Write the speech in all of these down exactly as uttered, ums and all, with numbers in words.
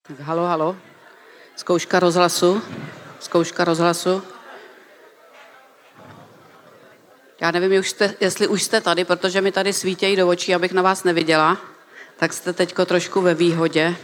Tak halo, halo. Zkouška rozhlasu. Zkouška rozhlasu. Já nevím, už jste, jestli už jste tady, protože mi tady svítějí do očí, abych na vás neviděla. Tak jste teďko trošku ve výhodě.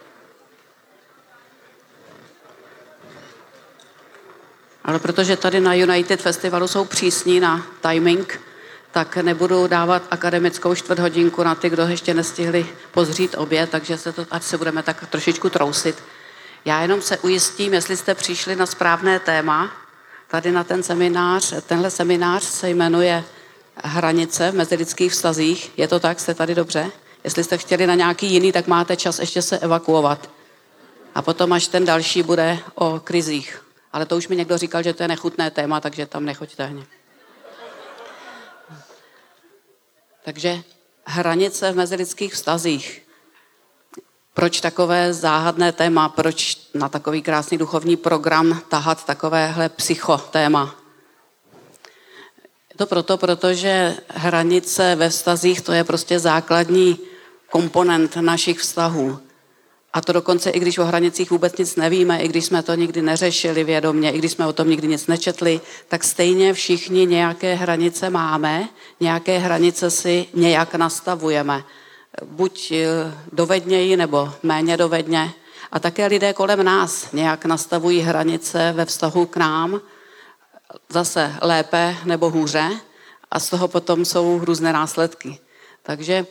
Ale protože tady na United Festivalu jsou přísní na timing, tak nebudu dávat akademickou čtvrthodinku na ty, kdo ještě nestihli pozřít oběd, takže se to, ať se budeme tak trošičku trousit. Já jenom se ujistím, jestli jste přišli na správné téma. Tady na ten seminář, tenhle seminář se jmenuje Hranice v mezilidských vztazích. Je to tak? Jste tady dobře? Jestli jste chtěli na nějaký jiný, tak máte čas ještě se evakuovat. A potom až ten další bude o krizích. Ale to už mi někdo říkal, že to je nechutné téma, takže tam nechoďte. Takže hranice v mezilidských vztazích. Proč takové záhadné téma? Proč na takový krásný duchovní program tahat takovéhle psychotéma? Je to proto, protože hranice ve vztazích to je prostě základní komponent našich vztahů. A to dokonce, i když o hranicích vůbec nic nevíme, i když jsme to nikdy neřešili vědomě, i když jsme o tom nikdy nic nečetli, tak stejně všichni nějaké hranice máme, nějaké hranice si nějak nastavujeme. Buď dovedněji nebo méně dovedně. A také lidé kolem nás nějak nastavují hranice ve vztahu k nám, zase lépe nebo hůře, a z toho potom jsou různé následky. Takže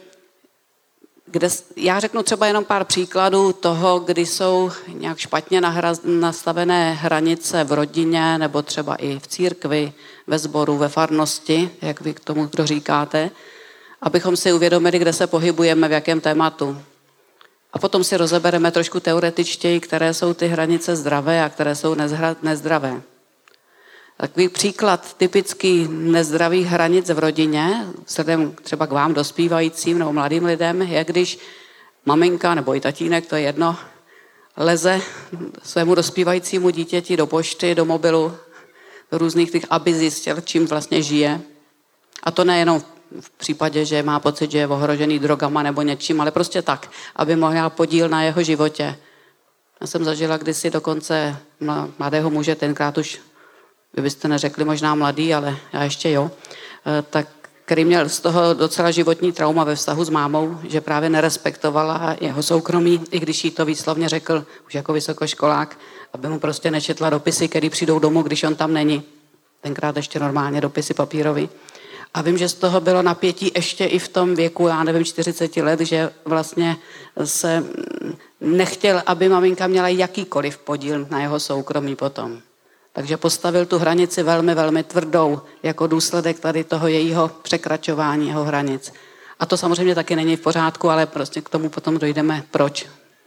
kde, já řeknu třeba jenom pár příkladů toho, kdy jsou nějak špatně nahra, nastavené hranice v rodině nebo třeba i v církvi, ve sboru, ve farnosti, jak vy k tomu kdo říkáte, abychom si uvědomili, kde se pohybujeme, v jakém tématu. A potom si rozebereme trošku teoretičtěji, které jsou ty hranice zdravé a které jsou nezdravé. Takový příklad typický nezdravých hranic v rodině, vzhledem třeba k vám dospívajícím nebo mladým lidem, je, když maminka nebo i tatínek, to je jedno, leze svému dospívajícímu dítěti do pošty, do mobilu, do různých těch, aby zjistil, čím vlastně žije. A to nejenom v případě, že má pocit, že je ohrožený drogama nebo něčím, ale prostě tak, aby mohl podíl na jeho životě. Já jsem zažila kdysi dokonce mladého muže, tenkrát už vy byste neřekli možná mladý, ale já ještě jo, tak, který měl z toho docela životní trauma ve vztahu s mámou, že právě nerespektovala jeho soukromí, i když jí to výslovně řekl už jako vysokoškolák, aby mu prostě nečetla dopisy, které přijdou domů, když on tam není. Tenkrát ještě normálně dopisy papírový. A vím, že z toho bylo napětí ještě i v tom věku, já nevím, čtyřicet let, že vlastně se nechtěl, aby maminka měla jakýkoliv podíl na jeho soukromí potom. Takže postavil tu hranici velmi, velmi tvrdou, jako důsledek tady toho jejího překračování jeho hranic. A to samozřejmě taky není v pořádku, ale prostě k tomu potom dojdeme, proč.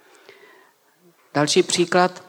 Další příklad.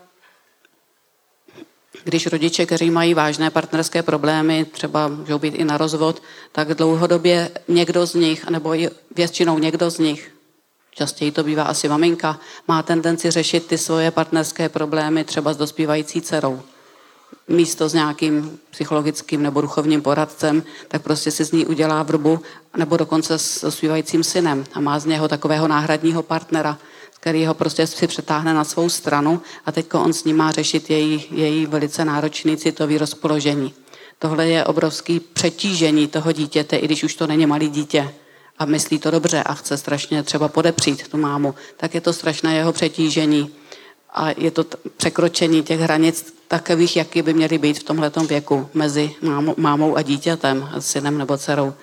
Když rodiče, kteří mají vážné partnerské problémy, třeba můžou být i na rozvod, tak dlouhodobě někdo z nich, nebo většinou někdo z nich, častěji to bývá asi maminka, má tendenci řešit ty svoje partnerské problémy třeba s dospívající dcerou. Místo s nějakým psychologickým nebo duchovním poradcem, tak prostě si z ní udělá vrbu, nebo dokonce s dospívajícím synem a má z něho takového náhradního partnera, který ho prostě si přetáhne na svou stranu a teďko on s ním má řešit její, její velice náročný citový rozpoložení. Tohle je obrovský přetížení toho dítěte, i když už to není malý dítě a myslí to dobře a chce strašně třeba podepřít tu mámu, tak je to strašné jeho přetížení a je to t- překročení těch hranic takových, jaký by měly být v tomhletom věku mezi mámou, mámou a dítětem, synem nebo dcerou.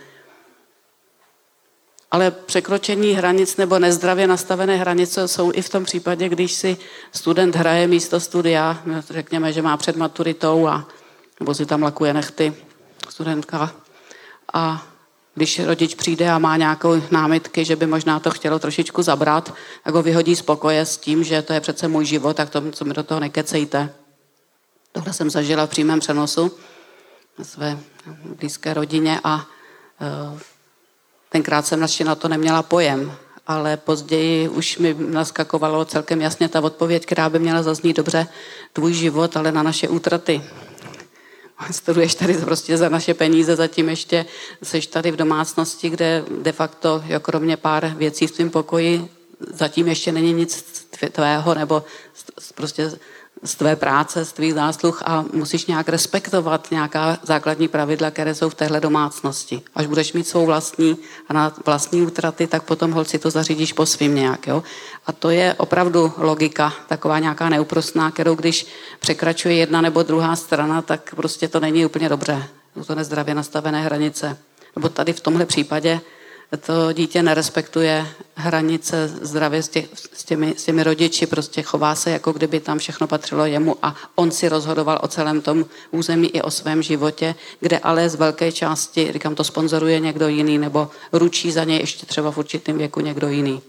Ale překročení hranic nebo nezdravě nastavené hranice jsou i v tom případě, když si student hraje místo studia, řekněme, že má před maturitou a nebo si tam lakuje nechty studentka a když rodič přijde a má nějakou námitky, že by možná to chtělo trošičku zabrat, tak ho vyhodí z pokoje s tím, že to je přece můj život, tak to, co mi do toho nekecejte. Tohle jsem zažila v přímém přenosu na své blízké rodině a uh, tenkrát jsem ještě na to neměla pojem, ale později už mi naskakovalo celkem jasně ta odpověď, která by měla zaznít dobře, tvůj život, ale na naše útraty. Studuješ tady prostě za naše peníze, zatím ještě seš tady v domácnosti, kde de facto, jo, kromě pár věcí v tvém pokoji, zatím ještě není nic tvého nebo prostě z tvé práce, z tvých zásluh a musíš nějak respektovat nějaká základní pravidla, které jsou v téhle domácnosti. Až budeš mít svou vlastní a na vlastní útraty, tak potom holci to zařídíš po svým nějak. Jo? A to je opravdu logika, taková nějaká neúprostná, kterou když překračuje jedna nebo druhá strana, tak prostě to není úplně dobré. Jsou to nezdravě nastavené hranice. Nebo tady v tomhle případě to dítě nerespektuje hranice zdravě s, tě, s, těmi, s těmi rodiči, prostě chová se, jako kdyby tam všechno patřilo jemu a on si rozhodoval o celém tom území i o svém životě, kde ale z velké části, říkám, to sponzoruje někdo jiný nebo ručí za něj ještě třeba v určitém věku někdo jiný.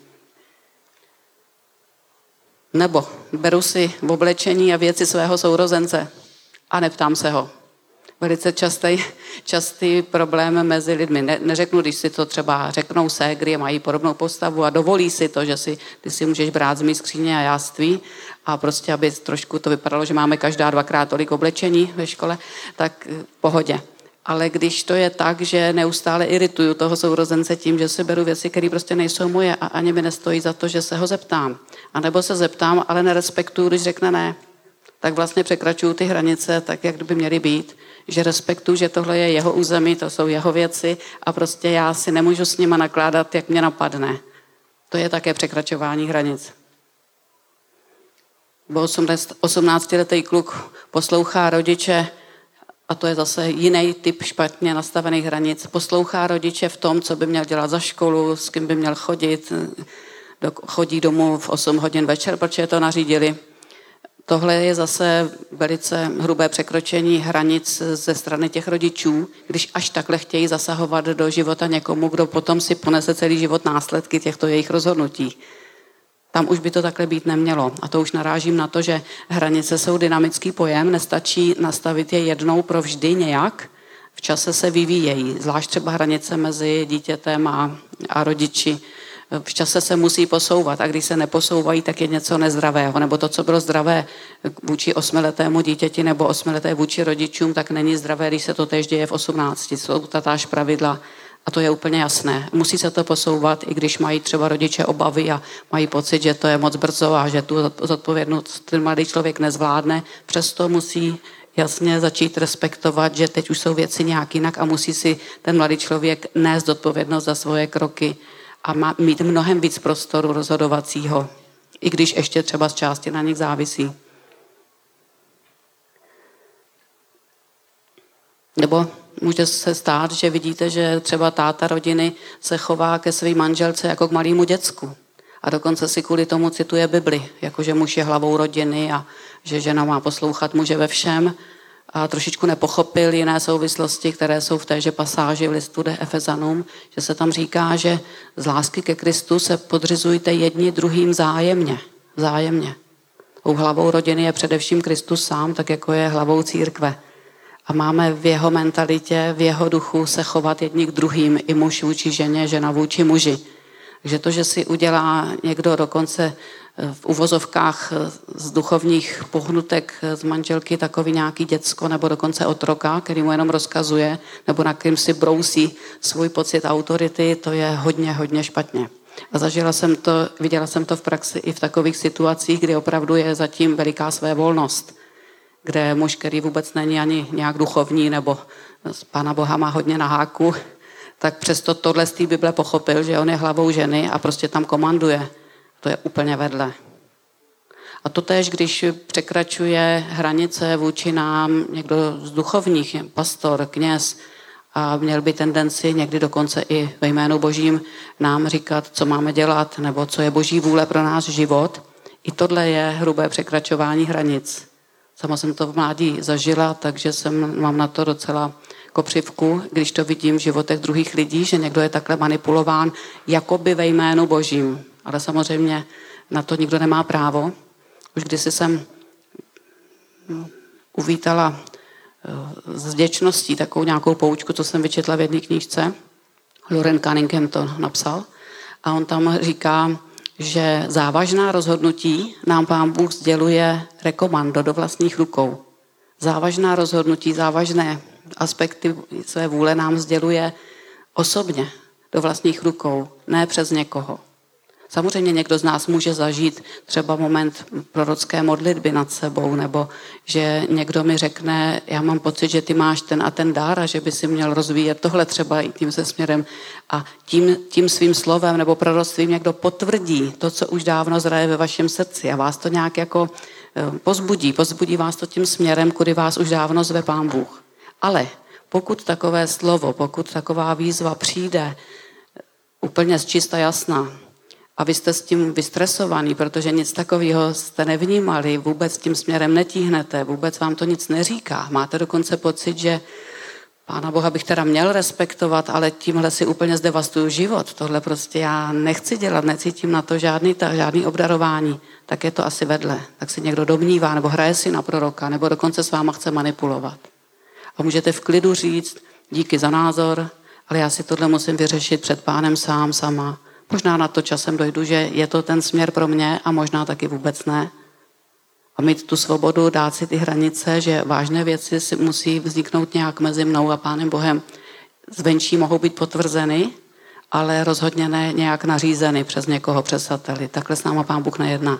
Nebo beru si v oblečení a věci svého sourozence a neptám se ho. Velice častý, častý problém mezi lidmi. Ne, neřeknu, když si to třeba řeknou ségry, mají podobnou postavu a dovolí si to, že si, ty si můžeš brát z mý skříně a jáství a prostě, aby trošku to vypadalo, že máme každá dvakrát tolik oblečení ve škole, tak v pohodě. Ale když to je tak, že neustále irituju toho sourozence tím, že si beru věci, které prostě nejsou moje a ani mi nestojí za to, že se ho zeptám. A nebo se zeptám, ale nerespektuju, když řekne ne, tak vlastně překračuju ty hranice tak, jak by měly být. Že respektuju, že tohle je jeho území, to jsou jeho věci a prostě já si nemůžu s nima nakládat, jak mě napadne. To je také překračování hranic. Bo osmnáctiletý kluk poslouchá rodiče, a to je zase jiný typ špatně nastavených hranic, poslouchá rodiče v tom, co by měl dělat za školu, s kým by měl chodit, chodí domů v osm hodin večer, protože to nařídili. Tohle je zase velice hrubé překročení hranic ze strany těch rodičů, když až takhle chtějí zasahovat do života někomu, kdo potom si ponese celý život následky těchto jejich rozhodnutí. Tam už by to takhle být nemělo. A to už narážím na to, že hranice jsou dynamický pojem, nestačí nastavit je jednou provždy nějak, v čase se vyvíjejí, zvlášť třeba hranice mezi dítětem a, a rodiči. V čase se musí posouvat a když se neposouvají, tak je něco nezdravého. Nebo to, co bylo zdravé vůči osmiletému dítěti nebo osmileté vůči rodičům, tak není zdravé, když se to též děje v osmnácti. Jsou tatáž pravidla a to je úplně jasné. Musí se to posouvat, i když mají třeba rodiče obavy a mají pocit, že to je moc brzo a že tu zodpovědnost ten mladý člověk nezvládne. Přesto musí jasně začít respektovat, že teď už jsou věci nějak jinak a musí si ten mladý člověk nést zodpovědnost za svoje kroky a má mít mnohem víc prostoru rozhodovacího, i když ještě třeba z části na nich závisí. Nebo může se stát, že vidíte, že třeba táta rodiny se chová ke své manželce jako k malému děcku. A dokonce si kvůli tomu cituje Bibli, jakože muž je hlavou rodiny a že žena má poslouchat muže ve všem. A trošičku nepochopil jiné souvislosti, které jsou v téže pasáži v listu de Efezanům, že se tam říká, že z lásky ke Kristu se podřizujte jedni druhým vzájemně. Vzájemně. Tou hlavou rodiny je především Kristus sám, tak jako je hlavou církve. A máme v jeho mentalitě, v jeho duchu se chovat jedni k druhým, i muž vůči ženě, žena vůči muži. Takže to, že si udělá někdo dokonce v uvozovkách z duchovních pohnutek z manželky takový nějaký děcko nebo dokonce otroka, který mu jenom rozkazuje, nebo na kterým si brousí svůj pocit autority, to je hodně, hodně špatně. A zažila jsem to, viděla jsem to v praxi i v takových situacích, kdy opravdu je zatím veliká svévolnost, kde muž, který vůbec není ani nějak duchovní nebo z Pána Boha má hodně na háku, tak přesto tohle z té Bible pochopil, že on je hlavou ženy a prostě tam komanduje. To je úplně vedle. A to též, když překračuje hranice vůči nám někdo z duchovních, pastor, kněz, a měl by tendenci někdy dokonce i ve jménu Božím nám říkat, co máme dělat, nebo co je Boží vůle pro náš život. I tohle je hrubé překračování hranic. Sama jsem to v mládí zažila, takže jsem, mám na to docela kopřivku, když to vidím v životech druhých lidí, že někdo je takhle manipulován jakoby ve jménu Božím. Ale samozřejmě na to nikdo nemá právo. Už kdysi jsem uvítala s vděčností takovou nějakou poučku, co jsem vyčetla v jedné knížce. Loren Cunningham to napsal. A on tam říká, že závažná rozhodnutí nám Pán Bůh sděluje rekomando do vlastních rukou. Závažná rozhodnutí, závažné aspekty své vůle nám sděluje osobně do vlastních rukou, ne přes někoho. Samozřejmě někdo z nás může zažít třeba moment prorocké modlitby nad sebou, nebo že někdo mi řekne, já mám pocit, že ty máš ten a ten dar a že by si měl rozvíjet tohle třeba i tím se směrem. A tím, tím svým slovem nebo proroctvím někdo potvrdí to, co už dávno zraje ve vašem srdci a vás to nějak jako pozbudí, pozbudí vás to tím směrem, kudy vás už dávno zve Pán Bůh. Ale pokud takové slovo, pokud taková výzva přijde úplně z čista jasná a vy jste s tím vystresovaný, protože nic takového jste nevnímali, vůbec tím směrem netíhnete, vůbec vám to nic neříká, máte dokonce pocit, že Pána Boha bych teda měl respektovat, ale tímhle si úplně zdevastuju život. Tohle prostě já nechci dělat, necítím na to žádný, ta, žádný obdarování. Tak je to asi vedle. Tak si někdo domnívá, nebo hraje si na proroka, nebo dokonce s váma chce manipulovat. A můžete v klidu říct, díky za názor, ale já si tohle musím vyřešit před Pánem sám, sama. Možná na to časem dojdu, že je to ten směr pro mě a možná taky vůbec ne. A mít tu svobodu, dát si ty hranice, že vážné věci si musí vzniknout nějak mezi mnou a Pánem Bohem. Zvenčí mohou být potvrzeny, ale rozhodně ne nějak nařízeny přes někoho, přes satelit. Takhle s náma Pán Bůh nejedná.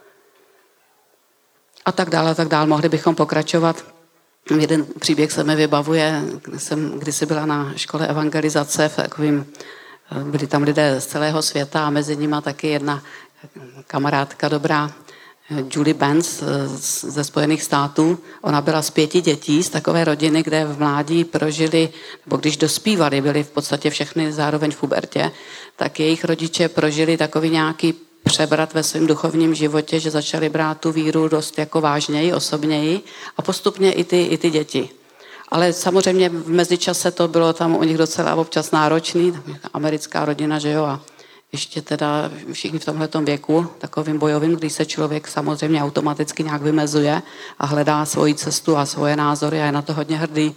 A tak dále, a tak dále. Mohli bychom pokračovat. Jeden příběh se mi vybavuje, když jsem kdysi byla na škole evangelizace, v takovým, byli tam lidé z celého světa a mezi nimi taky jedna kamarádka dobrá, Julie Benz ze Spojených států. Ona byla z pěti dětí, z takové rodiny, kde v mládí prožili, nebo když dospívali, byli v podstatě všechny zároveň v pubertě, tak jejich rodiče prožili takový nějaký přebrat ve svém duchovním životě, že začali brát tu víru dost jako vážněji, osobněji a postupně i ty, i ty děti. Ale samozřejmě v mezičase to bylo tam u nich docela občas náročný, americká rodina, že jo, a ještě teda všichni v tomhletom věku, takovým bojovým, když se člověk samozřejmě automaticky nějak vymezuje a hledá svoji cestu a svoje názory a je na to hodně hrdý.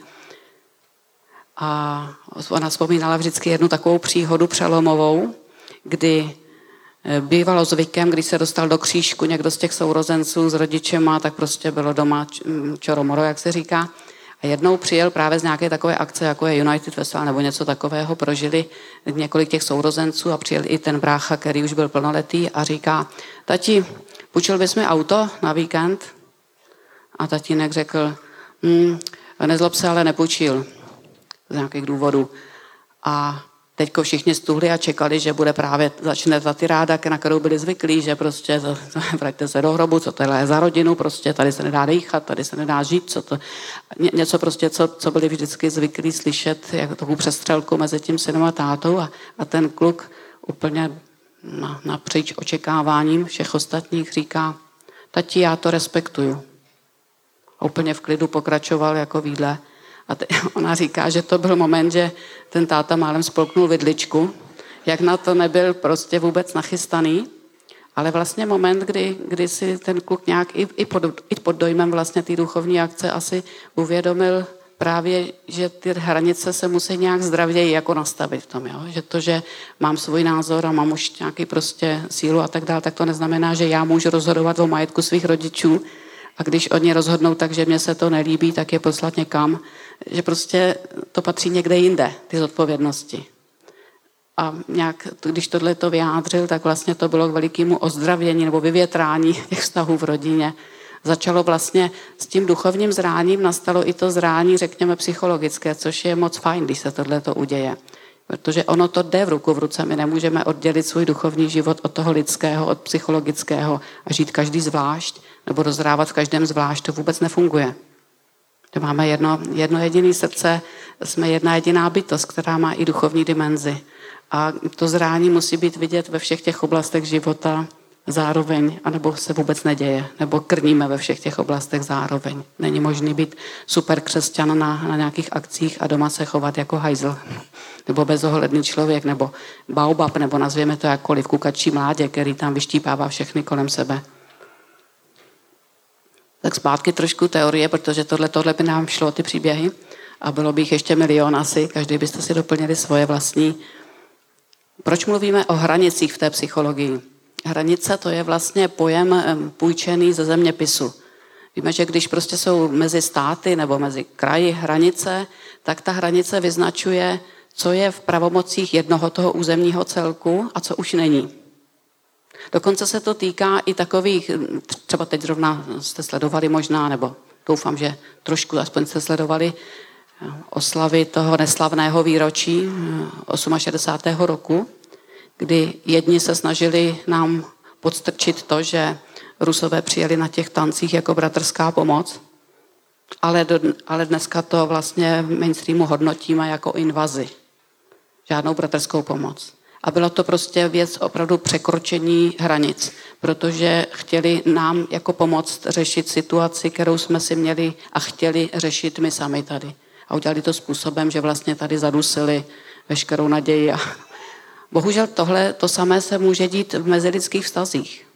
A ona vzpomínala vždycky jednu takovou příhodu přelomovou, kdy bývalo zvykem, když se dostal do křížku někdo z těch sourozenců s rodičema, tak prostě bylo doma čoromoro, jak se říká. A jednou přijel právě z nějaké takové akce, jako je United Festival nebo něco takového, prožili několik těch sourozenců a přijel i ten brácha, který už byl plnoletý a říká, tati, půjčil bys mi auto na víkend? A tatínek řekl, hm, nezlob se, ale nepůjčil z nějakých důvodů. A teďko všichni stuhli a čekali, že bude právě, začne ta tiráda, na kterou byli zvyklí, že prostě to, to, vraťte se do hrobu, co to je za rodinu, prostě tady se nedá dýchat, tady se nedá žít, co to, ně, něco prostě, co, co byli vždycky zvyklí slyšet, jako takovou přestřelku mezi tím synem a tátou a, a ten kluk úplně na, napříč očekáváním všech ostatních říká, tati, já to respektuju. A úplně v klidu pokračoval jako výdle. A te, ona říká, že to byl moment, že ten táta málem spolknul vidličku, jak na to nebyl prostě vůbec nachystaný, ale vlastně moment, kdy, kdy si ten kluk nějak i, i, pod, i pod dojmem vlastně té duchovní akce asi uvědomil právě, že ty hranice se musí nějak zdravěji jako nastavit v tom, jo? Že to, že mám svůj názor a mám už nějaký prostě sílu a tak dále, tak to neznamená, že já můžu rozhodovat o majetku svých rodičů, a když oni rozhodnou tak, že mně se to nelíbí, tak je poslat někam, že prostě to patří někde jinde, ty zodpovědnosti. A nějak, když tohle to vyjádřil, tak vlastně to bylo k velikému ozdravění nebo vyvětrání těch vztahů v rodině. Začalo vlastně s tím duchovním zráním, nastalo i to zrání, řekněme, psychologické, což je moc fajn, když se tohle to uděje. Protože ono to jde v ruku v ruce, my nemůžeme oddělit svůj duchovní život od toho lidského, od psychologického a žít každý zvlášť, nebo rozhrávat v každém zvlášť, to vůbec nefunguje. To máme jedno, jedno jediné srdce, jsme jedna jediná bytost, která má i duchovní dimenzi. A to zrání musí být vidět ve všech těch oblastech života zároveň, anebo se vůbec neděje, nebo krníme ve všech těch oblastech zároveň. Není možný být super křesťan na, na nějakých akcích a doma se chovat jako hajzl, nebo bezohledný člověk, nebo baobab, nebo nazvěme to jakkoliv, kukačí mládě, který tam vyštípává všechny kolem sebe. Tak zpátky trošku teorie, protože tohle, tohle by nám šlo, ty příběhy, a bylo by jich ještě milion asi, každý byste si doplnili svoje vlastní. Proč mluvíme o hranicích v té psychologii? Hranice to je vlastně pojem půjčený ze zeměpisu. Víme, že když prostě jsou mezi státy nebo mezi kraji hranice, tak ta hranice vyznačuje, co je v pravomocích jednoho toho územního celku a co už není. Dokonce se to týká i takových, třeba teď zrovna jste sledovali možná, nebo doufám, že trošku aspoň jste sledovali oslavy toho neslavného výročí šedesátého osmého roku, kdy jedni se snažili nám podstrčit to, že Rusové přijeli na těch tancích jako bratrská pomoc, ale, do, ale dneska to vlastně v mainstreamu hodnotíme jako invazi. Žádnou bratrskou pomoc. A bylo to prostě věc opravdu překročení hranic, protože chtěli nám jako pomoct řešit situaci, kterou jsme si měli a chtěli řešit my sami tady. A udělali to způsobem, že vlastně tady zadusili veškerou naději. A bohužel tohle, to samé se může dít v mezilidských vztazích.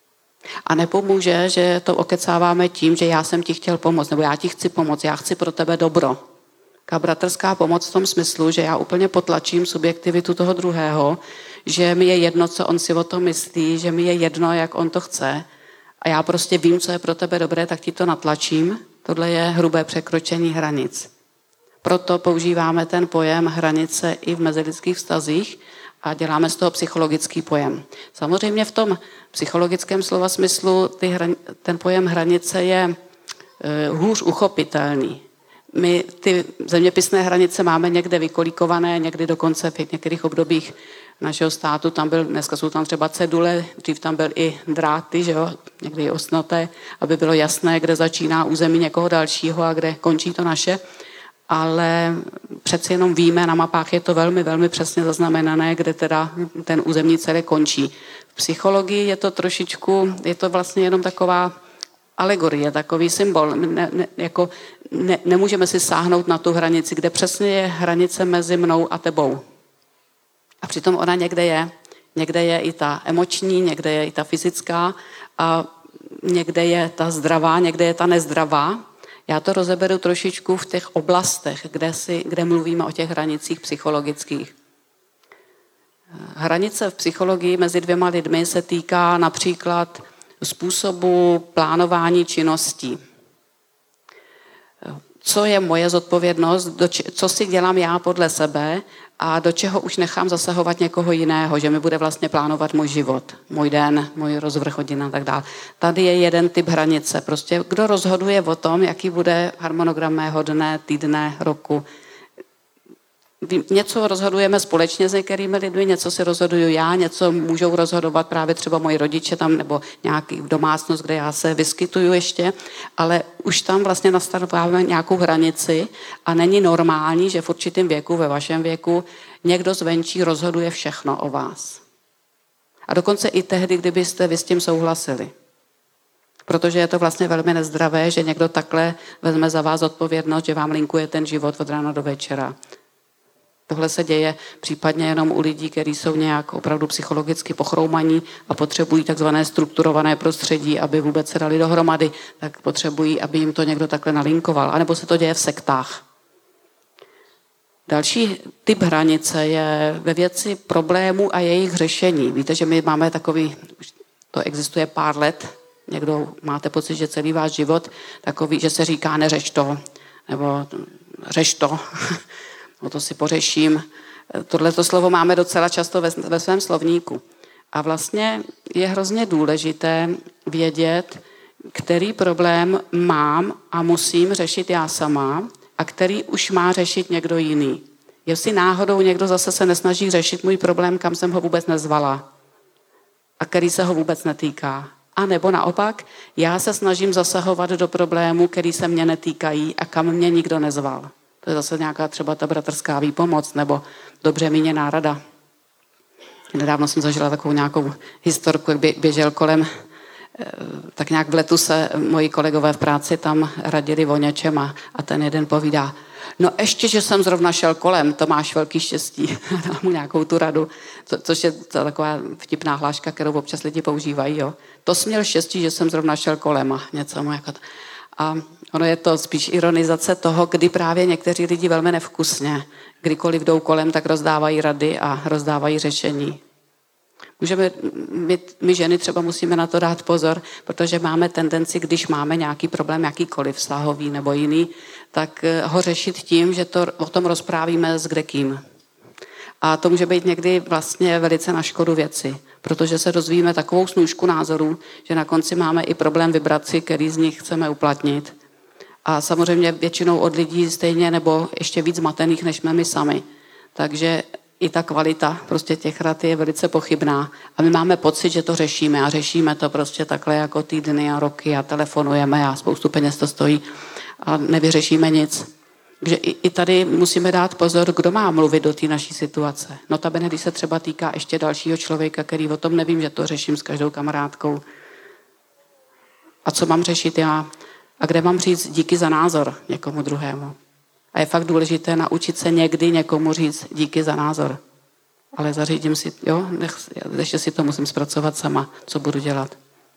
A nepomůže, že to okecáváme tím, že já jsem ti chtěl pomoct, nebo já ti chci pomoct, já chci pro tebe dobro. Taká bratrská pomoc v tom smyslu, že já úplně potlačím subjektivitu toho druhého, že mi je jedno, co on si o tom myslí, že mi je jedno, jak on to chce a já prostě vím, co je pro tebe dobré, tak ti to natlačím. Tohle je hrubé překročení hranic. Proto používáme ten pojem hranice i v mezilidských vztazích a děláme z toho psychologický pojem. Samozřejmě v tom psychologickém slova smyslu ty hran, ten pojem hranice je e, hůř uchopitelný. My ty zeměpisné hranice máme někde vykolíkované, někdy dokonce v některých obdobích našeho státu, tam byl, dneska jsou tam třeba cedule, dřív tam byl i dráty, že jo, někdy i osnoté, aby bylo jasné, kde začíná území někoho dalšího a kde končí to naše. Ale přeci jenom víme, na mapách je to velmi, velmi přesně zaznamenané, kde teda ten územní celek končí. V psychologii je to trošičku, je to vlastně jenom taková alegorie, takový symbol. Ne, ne, jako ne, nemůžeme si sáhnout na tu hranici, kde přesně je hranice mezi mnou a tebou. A přitom ona někde je. Někde je i ta emoční, někde je i ta fyzická a někde je ta zdravá, někde je ta nezdravá. Já to rozeberu trošičku v těch oblastech, kde, si, kde mluvíme o těch hranicích psychologických. Hranice v psychologii mezi dvěma lidmi se týká například způsobu plánování činností. Co je moje zodpovědnost, co si dělám já podle sebe a do čeho už nechám zasahovat někoho jiného, že mi bude vlastně plánovat můj život, můj den, můj rozvrh hodin a tak dále. Tady je jeden typ hranice. Prostě kdo rozhoduje o tom, jaký bude harmonogram mého dne, týdne, roku. Něco rozhodujeme společně s některými lidmi, něco si rozhoduju já, něco můžou rozhodovat právě třeba moji rodiče tam nebo nějaký domácnost, kde já se vyskytuju ještě, ale už tam vlastně nastaváme nějakou hranici a není normální, že v určitém věku, ve vašem věku, někdo zvenčí rozhoduje všechno o vás. A dokonce i tehdy, kdybyste vy s tím souhlasili. Protože je to vlastně velmi nezdravé, že někdo takhle vezme za vás odpovědnost, že vám linkuje ten život od rána do večera. Tohle se děje případně jenom u lidí, kteří jsou nějak opravdu psychologicky pochroumaní a potřebují takzvané strukturované prostředí, aby vůbec se dali dohromady, tak potřebují, aby jim to někdo takhle nalinkoval. A nebo se to děje v sektách. Další typ hranice je ve věci problémů a jejich řešení. Víte, že my máme takový, to existuje pár let, někdo máte pocit, že celý váš život takový, že se říká neřeš to, nebo řeš to. O to si pořeším. Tohleto slovo máme docela často ve, ve svém slovníku. A vlastně je hrozně důležité vědět, který problém mám a musím řešit já sama a který už má řešit někdo jiný. Jestli náhodou někdo zase se nesnaží řešit můj problém, kam jsem ho vůbec nezvala a který se ho vůbec netýká. A nebo naopak, já se snažím zasahovat do problémů, který se mě netýkají a kam mě nikdo nezval. To je zase nějaká třeba ta bratrská výpomoc nebo dobře míněná rada. Nedávno jsem zažila takovou nějakou historku, jak běžel kolem, tak nějak v letu se moji kolegové v práci tam radili o něčem a, a ten jeden povídá, no ještě, že jsem zrovna šel kolem, to máš velký štěstí. Dal mu nějakou tu radu, co, což je to taková vtipná hláška, kterou občas lidi používají. Jo. To jsi měl štěstí, že jsem zrovna šel kolem a něco mu jako to. A ono je to spíš ironizace toho, kdy právě někteří lidi velmi nevkusně, kdykoliv jdou kolem, tak rozdávají rady a rozdávají řešení. Můžeme, my, my ženy třeba musíme na to dát pozor, protože máme tendenci, když máme nějaký problém, jakýkoliv vztahový nebo jiný, tak ho řešit tím, že to o tom rozprávíme s kdekým. A to může být někdy vlastně velice na škodu věci, protože se dozvíme takovou snůšku názorů, že na konci máme i problém vybrat si, který z nich chceme uplatnit. A samozřejmě většinou od lidí stejně nebo ještě víc zmatených, než jsme my sami. Takže i ta kvalita prostě těch rad je velice pochybná. A my máme pocit, že to řešíme a řešíme to prostě takhle jako týdny a roky a telefonujeme a spoustu peněz to stojí a nevyřešíme nic. Takže i, i tady musíme dát pozor, kdo má mluvit do té naší situace. Notabene, když se třeba týká ještě dalšího člověka, který o tom nevím, že to řeším s každou kamarádkou. A co mám řešit já? A kde mám říct díky za názor někomu druhému? A je fakt důležité naučit se někdy někomu říct díky za názor. Ale zařídím si, jo, nech, ještě si to musím zpracovat sama, co budu dělat.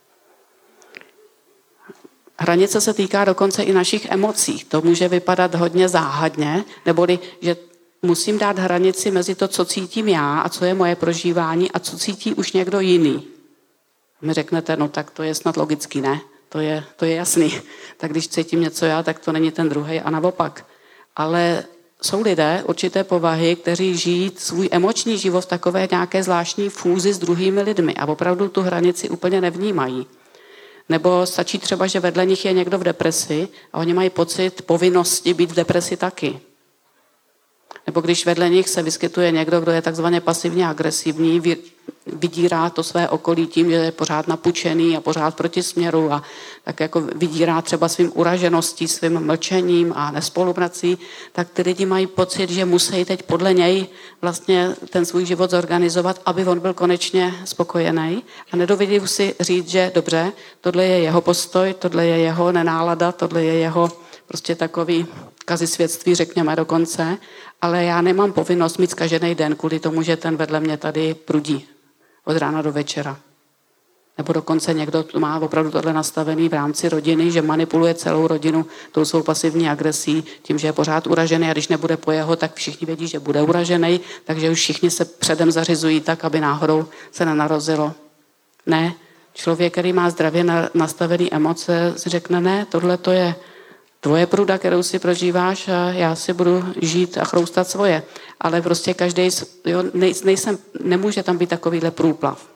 Hranice se týká dokonce i našich emocí. To může vypadat hodně záhadně, neboli, že musím dát hranici mezi to, co cítím já a co je moje prožívání a co cítí už někdo jiný. Mi řeknete, no tak to je snad logický, ne? To je, to je jasný. Tak když cítím něco já, tak to není ten druhej a naopak. Ale jsou lidé určité povahy, kteří žijí svůj emoční život v takové nějaké zvláštní fúzi s druhými lidmi a opravdu tu hranici úplně nevnímají. Nebo stačí třeba, že vedle nich je někdo v depresi a oni mají pocit povinnosti být v depresi taky. Nebo když vedle nich se vyskytuje někdo, kdo je takzvaně pasivně agresivní, vydírá to své okolí tím, že je pořád napučený a pořád proti směru a tak jako vydírá třeba svým uražeností, svým mlčením a nespoluprací, tak ty lidi mají pocit, že musí teď podle něj vlastně ten svůj život zorganizovat, aby on byl konečně spokojený a nedovedí si říct, že dobře, tohle je jeho postoj, tohle je jeho nenálada, tohle je jeho prostě takový kazisvědství, řekněme dokonce, ale já nemám povinnost mít každý den kvůli tomu, že ten vedle mě tady prudí od rána do večera. Nebo dokonce někdo má opravdu tohle nastavený v rámci rodiny, že manipuluje celou rodinu tou svou pasivní agresí, tím, že je pořád uražený a když nebude po jeho, tak všichni vědí, že bude uražený, takže už všichni se předem zařizují tak, aby náhodou se nenarozilo. Ne, člověk, který má zdravě nastavený emoce, si řekne, ne, tohle to je tvoje pruda, kterou si prožíváš a já si budu žít a chroustat svoje. Ale prostě každý, jo, nejsem, nemůže tam být takovýhle průplav.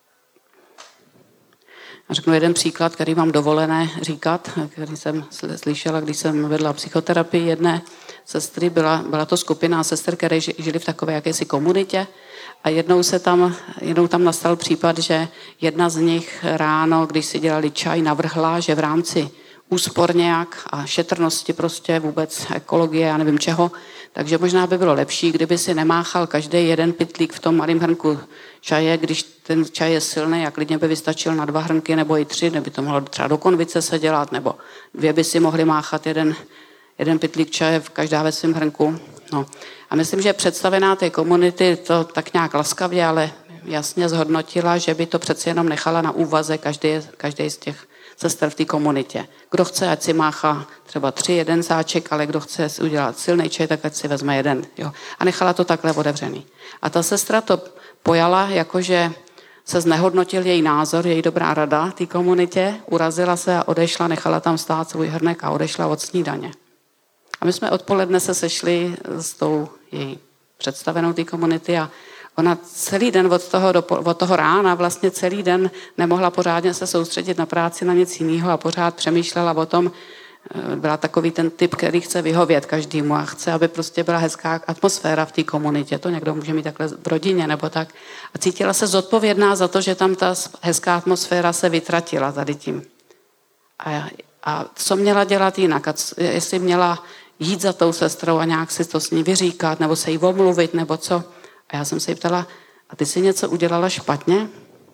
A řeknu jeden příklad, který mám dovolené říkat, který jsem slyšela, když jsem vedla psychoterapii jedné sestry. Byla, byla to skupina sester, které žili v takové jakési komunitě a jednou, se tam, jednou tam nastal případ, že jedna z nich ráno, když si dělali čaj, navrhla, že v rámci úspor nějak a šetrnosti prostě vůbec ekologie, já nevím čeho. Takže možná by bylo lepší, kdyby si nemáchal každý jeden pytlík v tom malém hrnku čaje, když ten čaj je silný a klidně by vystačil na dva hrnky nebo i tři, nebo to mohlo třeba do konvice se dělat, nebo dvě by si mohli máchat jeden, jeden pytlík čaje v každá ve svém hrnku. No. A myslím, že představená té komunity to tak nějak laskavě, ale jasně zhodnotila, že by to přeci jenom nechala na úvaze každý, každý z těch sester v té komunitě. Kdo chce, ať si máchá třeba tři, jeden sáček, ale kdo chce si udělat silný čaj, tak ať si vezme jeden. Jo. A nechala to takhle otevřený. A ta sestra to pojala, jakože se znehodnotil její názor, její dobrá rada té komunitě, urazila se a odešla, nechala tam stát svůj hrnek a odešla od snídaně. A my jsme odpoledne se sešli s tou její představenou té komunity a ona celý den od toho, do, od toho rána vlastně celý den nemohla pořádně se soustředit na práci, na nic jiného a pořád přemýšlela o tom, byla takový ten typ, který chce vyhovět každému a chce, aby prostě byla hezká atmosféra v té komunitě. To někdo může mít takhle v rodině nebo tak. A cítila se zodpovědná za to, že tam ta hezká atmosféra se vytratila tady tím. A, a co měla dělat jinak? A co, jestli měla jít za tou sestrou a nějak si to s ní vyříkat, nebo se jí omluvit, nebo co? A já jsem se jí ptala, a ty jsi něco udělala špatně?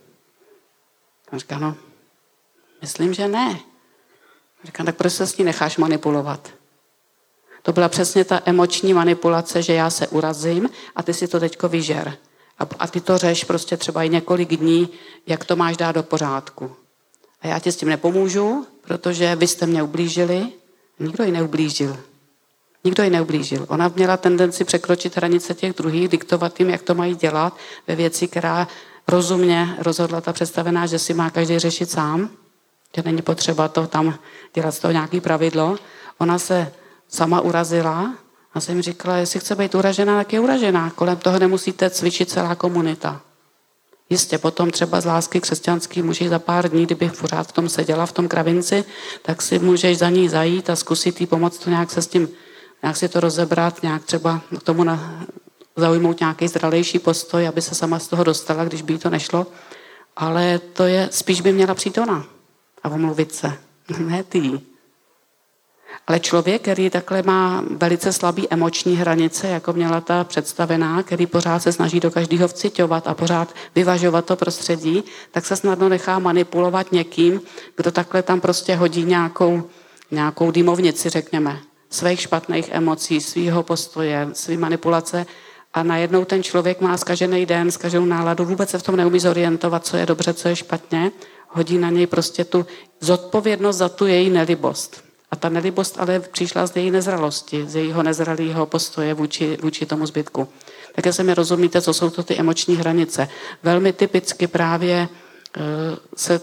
A říká, no, myslím, že ne. A říká, tak proč se s ní necháš manipulovat? To byla přesně ta emoční manipulace, že já se urazím a ty si to teďko vyžer. A, a ty to řeš prostě třeba i několik dní, jak to máš dát do pořádku. A já ti s tím nepomůžu, protože vy jste mě ublížili, nikdo ji neublížil. Nikdo ji neublížil. Ona měla tendenci překročit hranice těch druhých, diktovat jim, jak to mají dělat ve věci, která rozumně rozhodla ta představená, že si má každý řešit sám, že není potřeba to tam dělat z toho nějaký pravidlo. Ona se sama urazila A jsem říkala, jestli chce být uražená, tak je uražená. Kolem toho nemusíte cvičit celá komunita. Jistě, potom třeba z lásky křesťanský můžeš za pár dní, kdyby pořád v tom seděla, v tom kravinci, tak si můžeš za ní zajít a zkusit jí pomoct to nějak se s tím, nějak si to rozebrat, nějak třeba k tomu na, zaujmout nějaký zralejší postoj, aby se sama z toho dostala, když by jí to nešlo. Ale to je, spíš by měla přijít ona a omluvit se. Ne ty. Ale člověk, který takhle má velice slabý emoční hranice, jako měla ta představená, který pořád se snaží do každého vciťovat a pořád vyvažovat to prostředí, tak se snadno nechá manipulovat někým, kdo takhle tam prostě hodí nějakou, nějakou dýmovnici, řekněme, svých špatných emocí, svýho postoje, svý manipulace a najednou ten člověk má zkažený den, zkaženou náladu, vůbec se v tom neumí zorientovat, co je dobře, co je špatně, hodí na něj prostě tu zodpovědnost za tu její nelibost. A ta nelibost ale přišla z její nezralosti, z jejího nezralého postoje vůči, vůči tomu zbytku. Takže se mi rozumíte, co jsou to ty emoční hranice. Velmi typicky právě uh, se,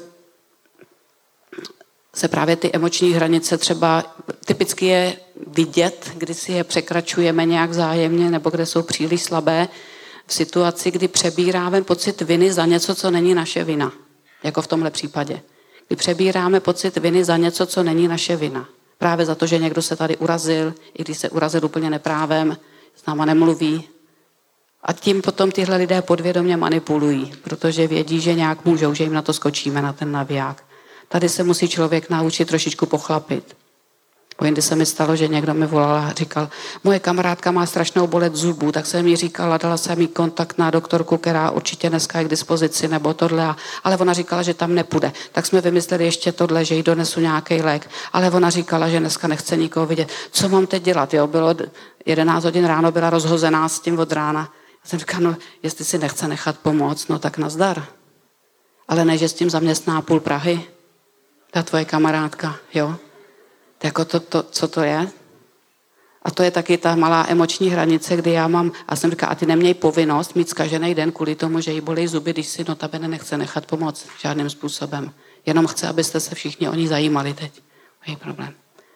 se právě ty emoční hranice třeba typicky je vidět, kdy si je překračujeme nějak vzájemně nebo kde jsou příliš slabé v situaci, kdy přebíráme pocit viny za něco, co není naše vina. Jako v tomhle případě. Kdy přebíráme pocit viny za něco, co není naše vina. Právě za to, že někdo se tady urazil, i když se urazil úplně neprávem, s náma nemluví. A tím potom tyhle lidé podvědomě manipulují, protože vědí, že nějak můžou, že jim na to skočíme, na ten naviják. Tady se musí člověk naučit trošičku pochlapit. O jindy se mi stalo, že někdo mi volal a říkal, moje kamarádka má strašnou bolet zubů, tak jsem jí říkala, dala jsem jí kontakt na doktorku, která určitě dneska je k dispozici, nebo tohle, ale ona říkala, že tam nepůjde. Tak jsme vymysleli ještě tohle, že jí donesu nějaký lék, ale ona říkala, že dneska nechce nikoho vidět. Co mám teď dělat? Jo, bylo jedenáct hodin ráno, byla rozhozená s tím od rána. Já jsem říkala, no, jestli si nechce nechat pomoct, no tak nazdar. Ale ne, že s tím zaměstná půl Prahy, ta tvoje kamarádka, jo. Jako to, to, co to je? A to je taky ta malá emoční hranice, kdy já mám, a jsem říkala, a ty neměj povinnost mít zkažený den kvůli tomu, že jí bolí zuby, když si notabene nechce nechat pomoct žádným způsobem. Jenom chce, abyste se všichni o ní zajímali teď. To je problém.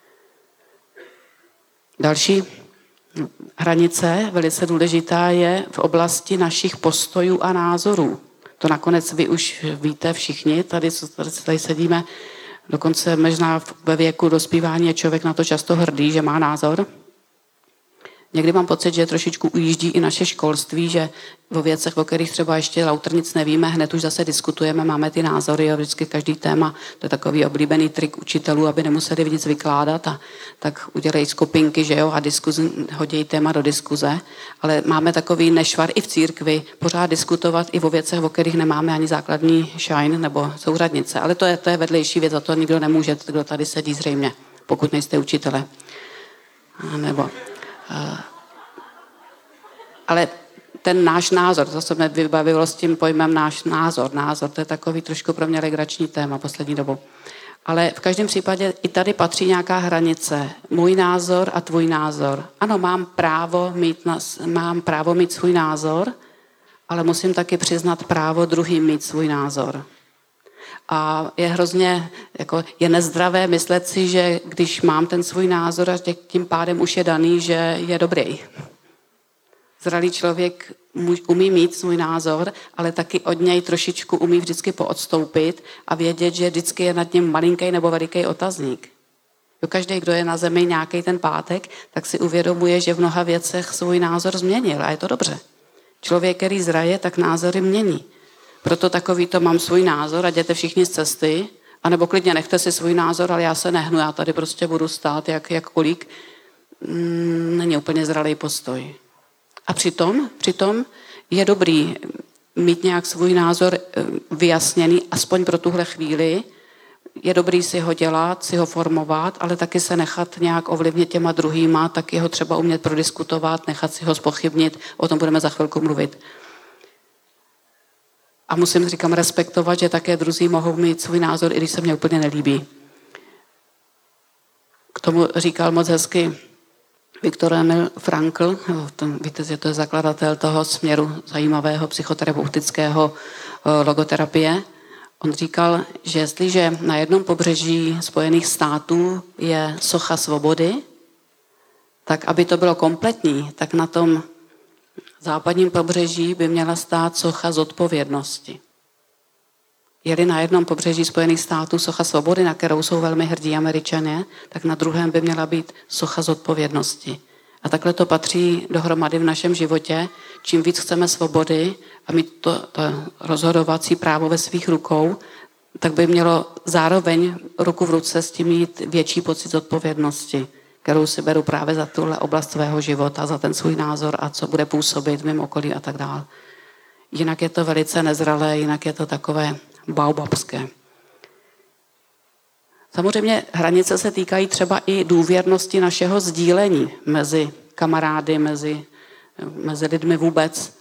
Další hranice, velice důležitá, je v oblasti našich postojů a názorů. To nakonec vy už víte všichni, tady, co tady, tady sedíme, dokonce možná ve věku dospívání je člověk na to často hrdý, že má názor. Někdy mám pocit, že trošičku ujíždí i naše školství, že o věcech, o kterých třeba ještě lauter nic nevíme, hned už zase diskutujeme, máme ty názory a vždycky každý téma, to je takový oblíbený trik učitelů, aby nemuseli nic vykládat a tak udělají skupinky, že jo, a diskuzi, hodí téma do diskuze, ale máme takový nešvar i v církvi, pořád diskutovat i o věcech, o kterých nemáme ani základní šajn nebo souřadnice, ale to je, to je vedlejší věc, za to nikdo nemůže, kdo tady sedí zřejmě, pokud nejste učitele. A nebo... Uh, ale ten náš názor, to se mě vybavilo s tím pojmem náš názor, názor, to je takový trošku pro mě legrační téma poslední dobou. Ale v každém případě i tady patří nějaká hranice. Můj názor a tvůj názor. Ano, mám právo mít, mám právo mít svůj názor, ale musím taky přiznat právo druhým mít svůj názor. A je hrozně, jako je nezdravé myslet si, že když mám ten svůj názor a tím pádem už je daný, že je dobrý. Zralý člověk umí mít svůj názor, ale taky od něj trošičku umí vždycky poodstoupit a vědět, že vždycky je nad ním malinký nebo veliký otazník. Každý, kdo je na zemi nějaký ten pátek, tak si uvědomuje, že v mnoha věcech svůj názor změnil a je to dobře. Člověk, který zraje, tak názory mění. Proto takový to mám svůj názor a jděte všichni z cesty, anebo klidně nechte si svůj názor, ale já se nehnu, já tady prostě budu stát jak, jak kolík. Mm, není úplně zralý postoj. A přitom, přitom je dobrý mít nějak svůj názor vyjasněný, aspoň pro tuhle chvíli. Je dobrý si ho dělat, si ho formovat, ale taky se nechat nějak ovlivnit těma druhýma, taky ho třeba umět prodiskutovat, nechat si ho zpochybnit, o tom budeme za chvilku mluvit. A musím, říkám, respektovat, že také druzí mohou mít svůj názor, i když se mně úplně nelíbí. K tomu říkal moc hezky Viktor Emil Frankl, ten, víte, že to je zakladatel toho směru zajímavého psychoterapeutického logoterapie. On říkal, že jestliže na jednom pobřeží Spojených států je socha svobody, tak aby to bylo kompletní, tak na tom západním pobřeží by měla stát socha zodpovědnosti. Je-li na jednom pobřeží Spojených států socha svobody, na kterou jsou velmi hrdí Američané, tak na druhém by měla být socha zodpovědnosti. A takhle to patří dohromady v našem životě. Čím víc chceme svobody a mít to, to rozhodovací právo ve svých rukou, tak by mělo zároveň ruku v ruce s tím mít větší pocit zodpovědnosti, kterou si beru právě za tuhle oblast svého života, za ten svůj názor a co bude působit v mém okolí a tak dále. Jinak je to velice nezralé, jinak je to takové baobabské. Samozřejmě hranice se týkají třeba i důvěrnosti našeho sdílení mezi kamarády, mezi, mezi lidmi vůbec.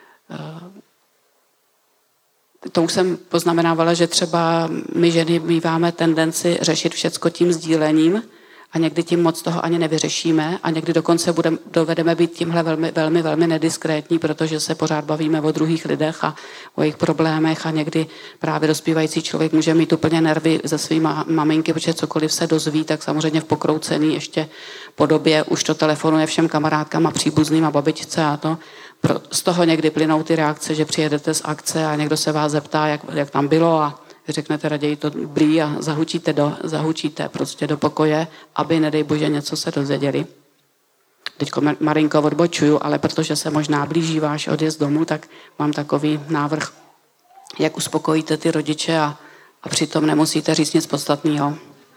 To už jsem poznamenávala, že třeba my ženy míváme tendenci řešit všecko tím sdílením a někdy tím moc toho ani nevyřešíme a někdy dokonce budem, dovedeme být tímhle velmi, velmi, velmi nediskrétní, protože se pořád bavíme o druhých lidech a o jejich problémech a někdy právě dospívající člověk může mít úplně nervy ze svý maminky, protože cokoliv se dozví, tak samozřejmě v pokroucený ještě podobě už to telefonuje všem kamarádkám a příbuzným a babičce a to. Z toho někdy plynou ty reakce, že přijedete z akce a někdo se vás zeptá, jak, jak tam bylo a vy řeknete raději to dobrý a zahučíte, do, zahučíte prostě do pokoje, aby, nedej bože, něco se dozvěděli. Teďko malinko odbočuju, ale protože se možná blíží váš odjezd domů, tak mám takový návrh, jak uspokojíte ty rodiče a, a přitom nemusíte říct nic podstatného.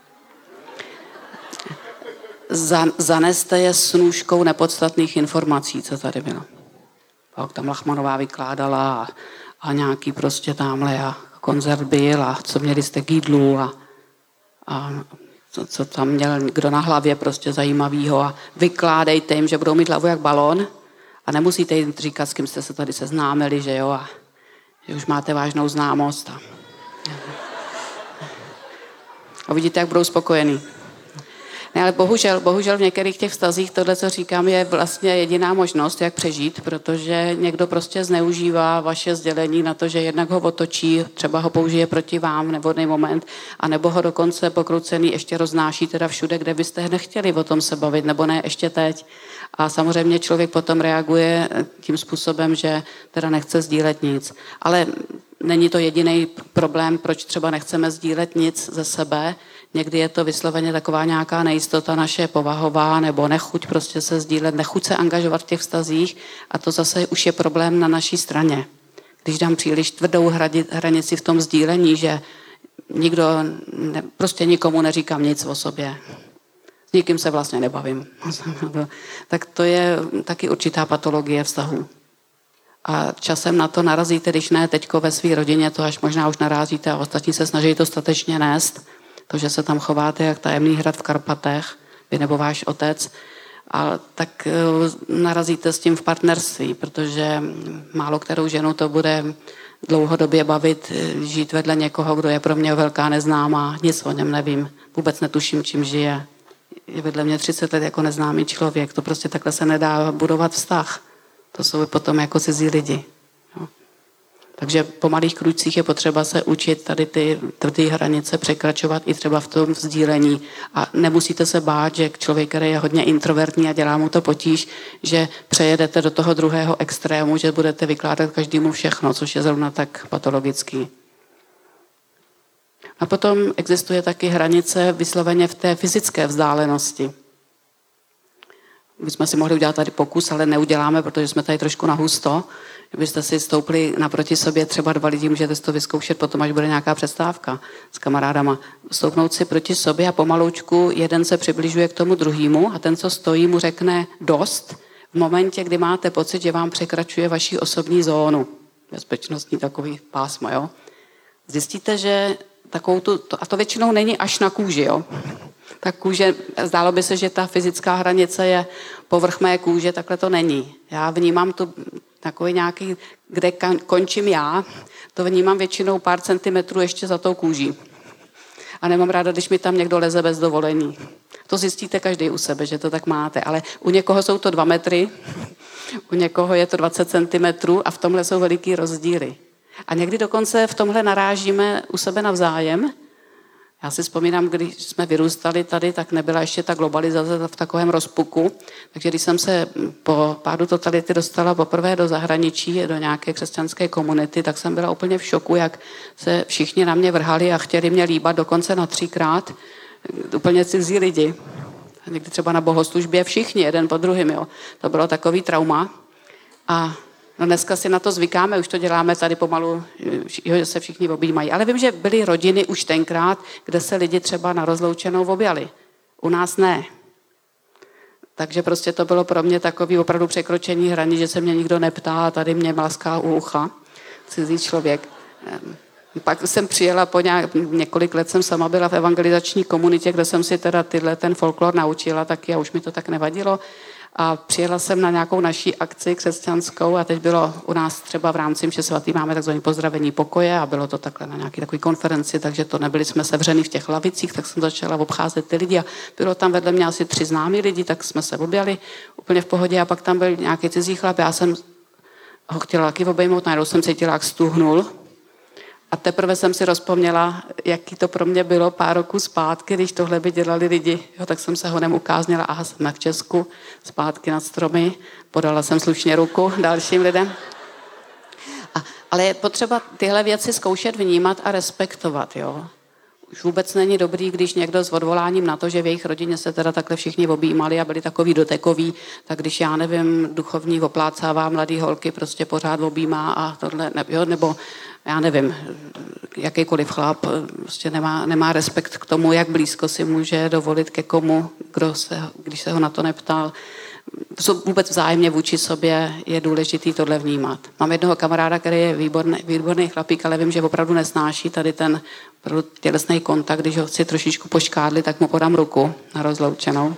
Za, zaneste je s nůžkou nepodstatných informací, co tady bylo. Pak tam Lachmanová vykládala a, a nějaký prostě tamhle a koncert byl a co měli jste k jídlu a, a co, co tam měl kdo na hlavě prostě zajímavýho a vykládejte jim, že budou mít hlavu jak balón a nemusíte jim říkat, s kým jste se tady seznámili, že jo, a že už máte vážnou známost. A, a vidíte, jak budou spokojení. Ne, ale bohužel, bohužel v některých těch vztazích tohle, co říkám, je vlastně jediná možnost, jak přežít, protože někdo prostě zneužívá vaše sdělení na to, že jednak ho otočí, třeba ho použije proti vám v nevhodný moment, anebo ho dokonce pokrucený ještě roznáší teda všude, kde byste nechtěli o tom se bavit, nebo ne ještě teď. A samozřejmě člověk potom reaguje tím způsobem, že teda nechce sdílet nic. Ale není to jediný problém, proč třeba nechceme sdílet nic ze sebe. Někdy je to vysloveně taková nějaká nejistota naše povahová nebo nechuť prostě se sdílet, nechuť se angažovat v těch vztazích a to zase už je problém na naší straně. Když dám příliš tvrdou hranici v tom sdílení, že nikdo, ne, prostě nikomu neříkám nic o sobě, s nikým se vlastně nebavím, tak to je taky určitá patologie vztahu. A časem na to narazíte, když ne teďko ve své rodině, to až možná už narazíte a ostatní se snaží to statečně nést. To, že se tam chováte jak tajemný hrad v Karpatech, vy nebo váš otec, a tak narazíte s tím v partnerství, protože málo kterou ženu to bude dlouhodobě bavit, žít vedle někoho, kdo je pro mě velká neznámá, nic o něm nevím, vůbec netuším, čím žije. Je vedle mě třicet let jako neznámý člověk, to prostě takhle se nedá budovat vztah. To jsou potom jako cizí lidi. Jo. Takže po malých kručcích je potřeba se učit tady ty tvrdé hranice překračovat i třeba v tom sdílení. A nemusíte se bát, že člověk, který je hodně introvertní a dělá mu to potíž, že přejedete do toho druhého extrému, že budete vykládat každému všechno, což je zrovna tak patologický. A potom existuje taky hranice vysloveně v té fyzické vzdálenosti. My jsme si mohli udělat tady pokus, ale neuděláme, protože jsme tady trošku nahusto. Kdybyste si stoupli naproti sobě třeba dva lidi, můžete si to vyzkoušet potom, až bude nějaká přestávka s kamarádama. Stoupnout si proti sobě a pomaloučku jeden se přibližuje k tomu druhému a ten, co stojí, mu řekne dost v momentě, kdy máte pocit, že vám překračuje vaši osobní zónu. Bezpečnostní takový pásmo, jo. Zjistíte, že takovou tu, a to většinou není až na kůži, jo. Tak kůže, zdálo by se, že ta fyzická hranice je povrch mé kůže, takhle to není. Já vnímám tu takový nějaký, kde končím já, to vnímám většinou pár centimetrů ještě za tou kůží. A nemám ráda, když mi tam někdo leze bez dovolení. To zjistíte každý u sebe, že to tak máte, ale u někoho jsou to dva metry, u někoho je to dvacet centimetrů a v tomhle jsou veliký rozdíly. A někdy dokonce v tomhle narážíme u sebe navzájem, Já si vzpomínám, když jsme vyrůstali tady, tak nebyla ještě ta globalizace v takovém rozpuku. Takže když jsem se po pádu totality dostala poprvé do zahraničí, do nějaké křesťanské komunity, tak jsem byla úplně v šoku, jak se všichni na mě vrhali a chtěli mě líbat dokonce na třikrát. Úplně cizí lidi. Někdy třeba na bohoslužbě všichni, jeden po druhým. Jo. To bylo takový trauma. A no dneska si na to zvykáme, už to děláme tady pomalu, že se všichni objímají. Ale vím, že byly rodiny už tenkrát, kde se lidi třeba na rozloučenou objali. U nás ne. Takže prostě to bylo pro mě takový opravdu překročení hranic, že se mě nikdo neptá a tady mě mlaská u ucha cizí člověk. Pak jsem přijela po nějak, několik let jsem sama byla v evangelizační komunitě, kde jsem si teda tyhle ten folklor naučila taky a už mi to tak nevadilo. A přijela jsem na nějakou naší akci křesťanskou a teď bylo u nás třeba v rámci mše svatý máme takzvané pozdravení pokoje a bylo to takhle na nějaké takové konferenci, takže to nebyli jsme sevřeni v těch lavicích, tak jsem začala obcházet ty lidi a bylo tam vedle mě asi tři známí lidi, tak jsme se objali úplně v pohodě a pak tam byl nějaký cizí chlap, já jsem ho chtěla taky obejmout, najednou jsem cítila, jak stuhnul. A teprve jsem si rozpomněla, jaký to pro mě bylo pár roků zpátky, když tohle by dělali lidi. Jo, tak jsem se honem ukáznila, aha, jsme v Česku, zpátky nad stromy, podala jsem slušně ruku dalším lidem. A, ale je potřeba tyhle věci zkoušet vnímat a respektovat, jo. Už vůbec není dobrý, když někdo s odvoláním na to, že v jejich rodině se teda takhle všichni objímali a byli takový dotekoví, tak když já nevím, duchovní oplácává mladý holky, prostě pořád objímá a tohle, ne, jo, nebo já nevím, jakýkoliv chlap prostě nemá, nemá respekt k tomu, jak blízko si může dovolit ke komu, kdo se, když se ho na to neptal. To jsou vůbec vzájemně vůči sobě je důležitý tohle vnímat. Mám jednoho kamaráda, který je výborný, výborný chlapík, ale vím, že opravdu nesnáší tady ten tělesný kontakt. Když ho chci trošičku poškádlit, tak mu podám ruku na rozloučenou.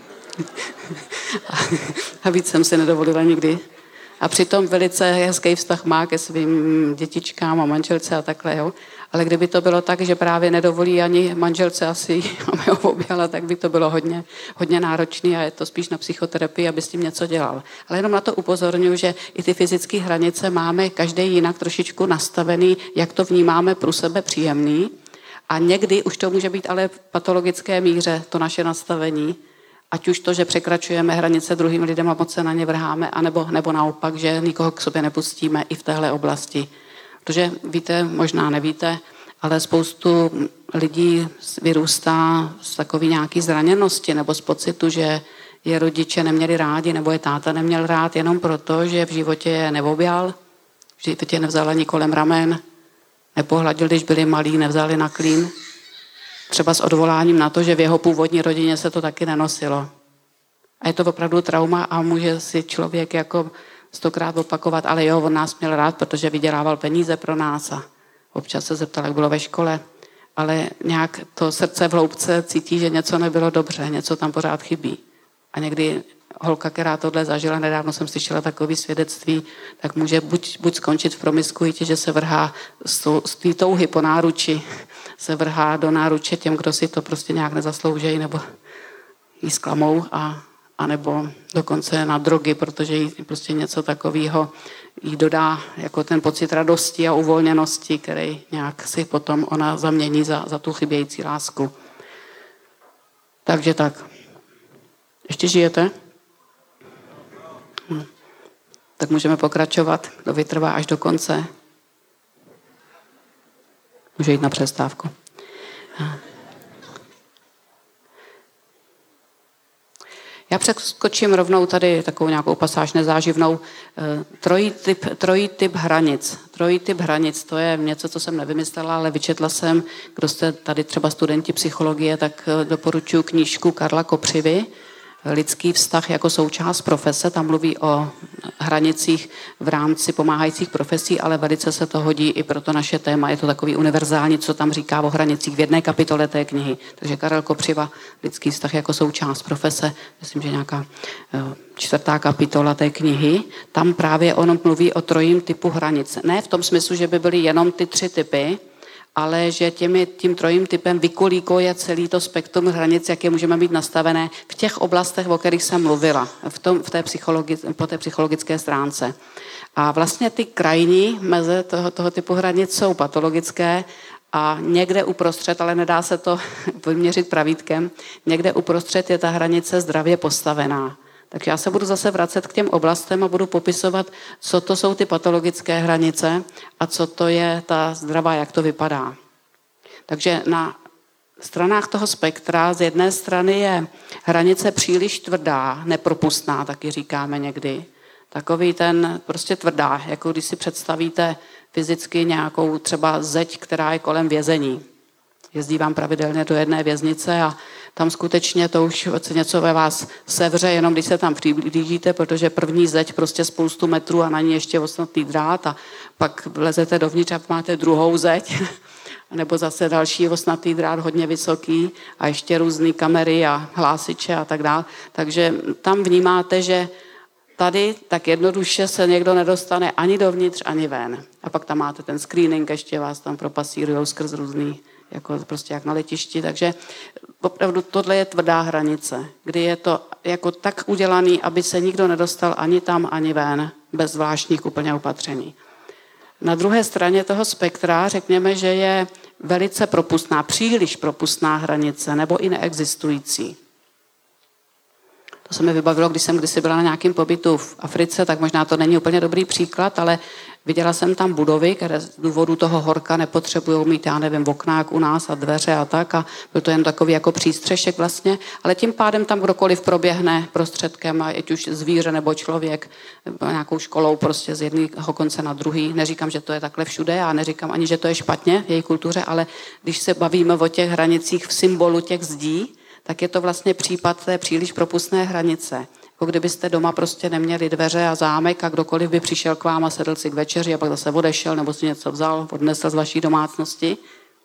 A víc jsem si nedovolila nikdy. A přitom velice hezký vztah má ke svým dětičkám a manželce a takhle, jo. Ale kdyby to bylo tak, že právě nedovolí ani manželce asi, aby ho objala, tak by to bylo hodně, hodně náročné a je to spíš na psychoterapii, aby s tím něco dělal. Ale jenom na to upozorňuji, že i ty fyzické hranice máme každý jinak trošičku nastavený, jak to vnímáme pro sebe příjemný. A někdy už to může být ale v patologické míře, to naše nastavení. Ať už to, že překračujeme hranice druhým lidem a moc se na ně vrháme, anebo, nebo naopak, že nikoho k sobě nepustíme i v téhle oblasti. Protože víte, možná nevíte, ale spoustu lidí vyrůstá z takové nějaké zraněnosti nebo z pocitu, že je rodiče neměli rádi nebo je táta neměl rád jenom proto, že v životě je neobjal, v životě nevzal ani kolem ramen, nepohladil, když byli malí, nevzali na klín. Třeba s odvoláním na to, že v jeho původní rodině se to taky nenosilo. A je to opravdu trauma a může si člověk jako stokrát opakovat, ale jo, on nás měl rád, protože vydělával peníze pro nás a občas se zeptal, jak bylo ve škole, ale nějak to srdce v hloubce cítí, že něco nebylo dobře, něco tam pořád chybí. A někdy holka, která tohle zažila, nedávno jsem slyšela takové svědectví, tak může buď, buď skončit v promiskuitě, že se vrhá z té touhy po náruči, se vrhá do náruče těm, kdo si to prostě nějak nezasloužejí, nebo jí zklamou, a, a nebo dokonce na drogy, protože jí prostě něco takového jí dodá jako ten pocit radosti a uvolněnosti, který nějak si potom ona zamění za, za tu chybějící lásku. Takže tak. Ještě žijete? Hm. Tak můžeme pokračovat, kdo vytrvá až do konce. Může jít na přestávku. Já přeskočím rovnou tady takovou nějakou pasáž nezáživnou. Trojí typ, trojí typ hranic. Trojí typ hranic, to je něco, co jsem nevymyslela, ale vyčetla jsem, kdo jste tady třeba studenti psychologie, tak doporučuji knížku Karla Kopřivy, Lidský vztah jako součást profese, tam mluví o hranicích v rámci pomáhajících profesí, ale velice se to hodí i pro to naše téma. Je to takový univerzální, co tam říká o hranicích v jedné kapitole té knihy. Takže Karel Kopřiva, Lidský vztah jako součást profese, myslím, že nějaká čtvrtá kapitola té knihy, tam právě on mluví o trojím typu hranic. Ne v tom smyslu, že by byly jenom ty tři typy, ale že těmi, tím trojím typem vykolíkuje celý to spektrum hranic, jak je můžeme být nastavené v těch oblastech, o kterých jsem mluvila, v tom, v té psychologi- po té psychologické stránce. A vlastně ty krajní meze toho, toho typu hranic jsou patologické a někde uprostřed, ale nedá se to vyměřit pravítkem, někde uprostřed je ta hranice zdravě postavená. Tak já se budu zase vracet k těm oblastem a budu popisovat, co to jsou ty patologické hranice a co to je ta zdravá, jak to vypadá. Takže na stranách toho spektra z jedné strany je hranice příliš tvrdá, nepropustná, taky říkáme někdy. Takový ten prostě tvrdá, jako když si představíte fyzicky nějakou třeba zeď, která je kolem vězení. Jezdí vám pravidelně do jedné věznice a tam skutečně to už něco ve vás sevře, jenom když se tam přiblížíte, protože první zeď prostě spoustu metrů a na ní ještě osnatý drát a pak vlezete dovnitř a máte druhou zeď, nebo zase další osnatý drát hodně vysoký a ještě různé kamery a hlásiče a tak dále. Takže tam vnímáte, že tady tak jednoduše se někdo nedostane ani dovnitř, ani ven. A pak tam máte ten screening, ještě vás tam propasírujou skrz různý, jako prostě jak na letišti. Takže opravdu tohle je tvrdá hranice, kdy je to jako tak udělaný, aby se nikdo nedostal ani tam, ani ven, bez zvláštních úplně opatření. Na druhé straně toho spektra řekněme, že je velice propustná, příliš propustná hranice, nebo i neexistující. To se mi vybavilo, když jsem kdysi byla na nějakém pobytu v Africe, tak možná to není úplně dobrý příklad, ale viděla jsem tam budovy, které z důvodu toho horka nepotřebují mít, já nevím, okna jak u nás a dveře a tak a byl to jen takový jako přístřešek vlastně, ale tím pádem tam kdokoliv proběhne prostředkem, ať už zvíře nebo člověk, nějakou školou prostě z jedného konce na druhý. Neříkám, že to je takhle všude a neříkám ani, že to je špatně v její kultuře, ale když se bavíme o těch hranicích v symbolu těch zdí, tak je to vlastně případ té příliš propustné hranice. Jako kdybyste doma prostě neměli dveře a zámek a kdokoliv by přišel k vám a sedl si k večeři a pak zase odešel nebo si něco vzal, odnesl z vaší domácnosti,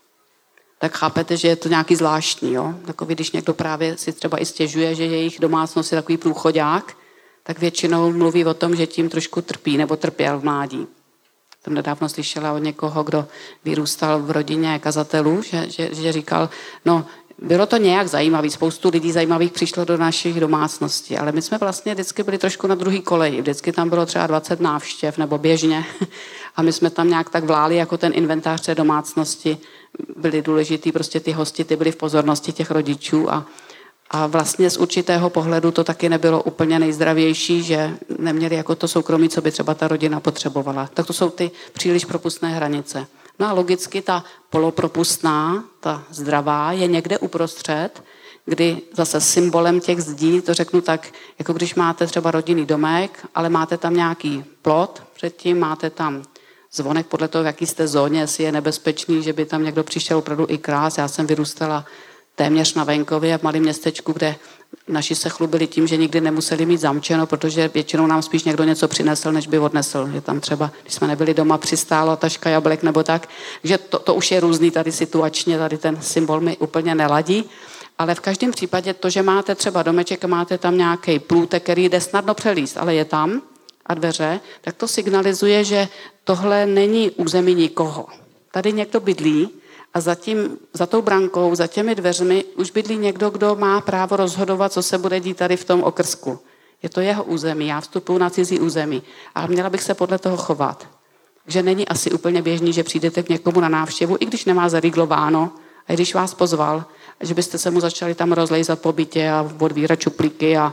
tak chápete, že je to nějaký zvláštní. Jo? Takový, když někdo právě si třeba i stěžuje, že jejich domácnost je takový průchodák, tak většinou mluví o tom, že tím trošku trpí nebo trpěl v mládí. Jsem nedávno slyšela od někoho, kdo vyrůstal v rodině kazatelů, že, že, že říkal, no, bylo to nějak zajímavý, spoustu lidí zajímavých přišlo do našich domácností, ale my jsme vlastně vždycky byli trošku na druhý koleji. Vždycky tam bylo třeba dvacet návštěv nebo běžně a my jsme tam nějak tak vláli jako ten inventář té domácnosti. Byli důležitý, prostě ty hosti, ty byly v pozornosti těch rodičů a, a vlastně z určitého pohledu to taky nebylo úplně nejzdravější, že neměli jako to soukromí, co by třeba ta rodina potřebovala. Tak to jsou ty příliš propustné hranice. No a logicky ta polopropustná, ta zdravá, je někde uprostřed, kdy zase symbolem těch zdí, to řeknu tak, jako když máte třeba rodinný domek, ale máte tam nějaký plot, předtím máte tam zvonek podle toho, v jaký jste zóně, jestli je nebezpečný, že by tam někdo přišel opravdu i krás. Já jsem vyrůstala téměř na venkově v malém městečku, kde naši se chlubili tím, že nikdy nemuseli mít zamčeno, protože většinou nám spíš někdo něco přinesl, než by odnesl. Že tam třeba, když jsme nebyli doma, přistálo taška jablek nebo tak. Takže to, to už je různý tady situačně, tady ten symbol mi úplně neladí. Ale v každém případě to, že máte třeba domeček a máte tam nějaký průtek, který jde snadno přelíst, ale je tam a dveře, tak to signalizuje, že tohle není území nikoho. Tady někdo bydlí, a za, tím, za tou brankou, za těmi dveřmi už bydlí někdo, kdo má právo rozhodovat, co se bude dít tady v tom okrsku. Je to jeho území, já vstupuji na cizí území. Ale měla bych se podle toho chovat. Takže není asi úplně běžný, že přijdete k někomu na návštěvu, i když nemá zariglováno, a když vás pozval, že byste se mu začali tam rozlejzat po bytě a odvírat čuplíky a,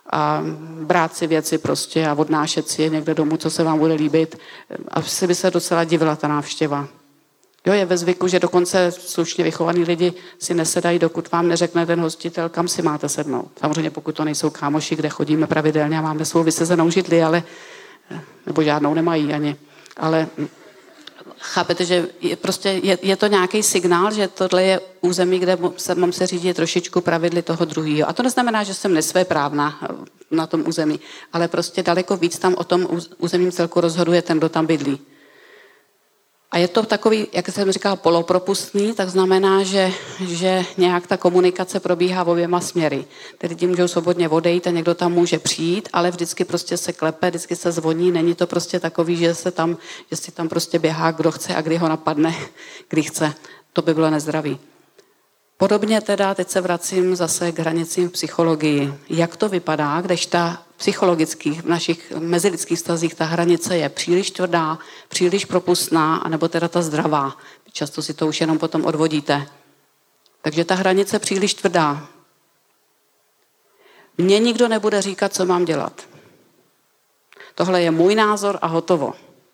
a brát si věci prostě a odnášet si je někde domů, co se vám bude líbit. Asi by se docela divila ta návštěva. Jo, je ve zvyku, že dokonce slušně vychovaní lidi si nesedají, dokud vám neřekne ten hostitel, kam si máte sednout. Samozřejmě pokud to nejsou kámoši, kde chodíme pravidelně a máme svou vysezenou židli, ale, nebo žádnou nemají ani. Ale chápete, že je, prostě je, je to nějaký signál, že tohle je území, kde se, mám se řídit trošičku pravidly toho druhého. A to neznamená, že jsem nesvéprávná na tom území, ale prostě daleko víc tam o tom územím celku rozhoduje ten, kdo tam bydlí. A je to takový, jak jsem říkala, polopropustný, tak znamená, že, že nějak ta komunikace probíhá oběma směry. Tedy lidi můžou svobodně odejít a někdo tam může přijít, ale vždycky prostě se klepe, vždycky se zvoní, není to prostě takový, že se tam, že si tam prostě běhá, kdo chce a kdy ho napadne, kdy chce. To by bylo nezdravý. Podobně teda, teď se vracím zase k hranicím v psychologii. Jak to vypadá, když ta psychologických, v našich mezilidských vztazích ta hranice je příliš tvrdá, příliš propustná, anebo teda ta zdravá. Často si to už jenom potom odvodíte. Takže ta hranice příliš tvrdá. Mně nikdo nebude říkat, co mám dělat. Tohle je můj názor a hotovo.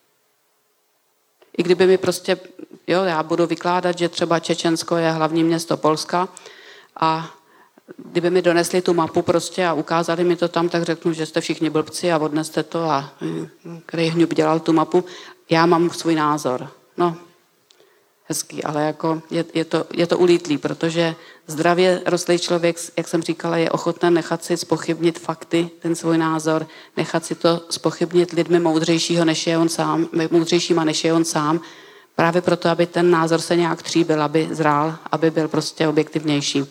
I kdyby mi prostě, jo, já budu vykládat, že třeba Čečensko je hlavní město Polska a kdyby mi donesli tu mapu prostě a ukázali mi to tam, tak řeknu, že jste všichni blbci a odneste to a který hňub dělal tu mapu. Já mám svůj názor. No, hezký, ale jako je, je, to, je to ulítlý, protože zdravě rostlý člověk, jak jsem říkala, je ochoten nechat si zpochybnit fakty, ten svůj názor, nechat si to zpochybnit lidmi moudřejšího, než je on sám, moudřejšíma, než je on sám, právě proto, aby ten názor se nějak tříbil, aby zrál, aby byl prostě objektivnější.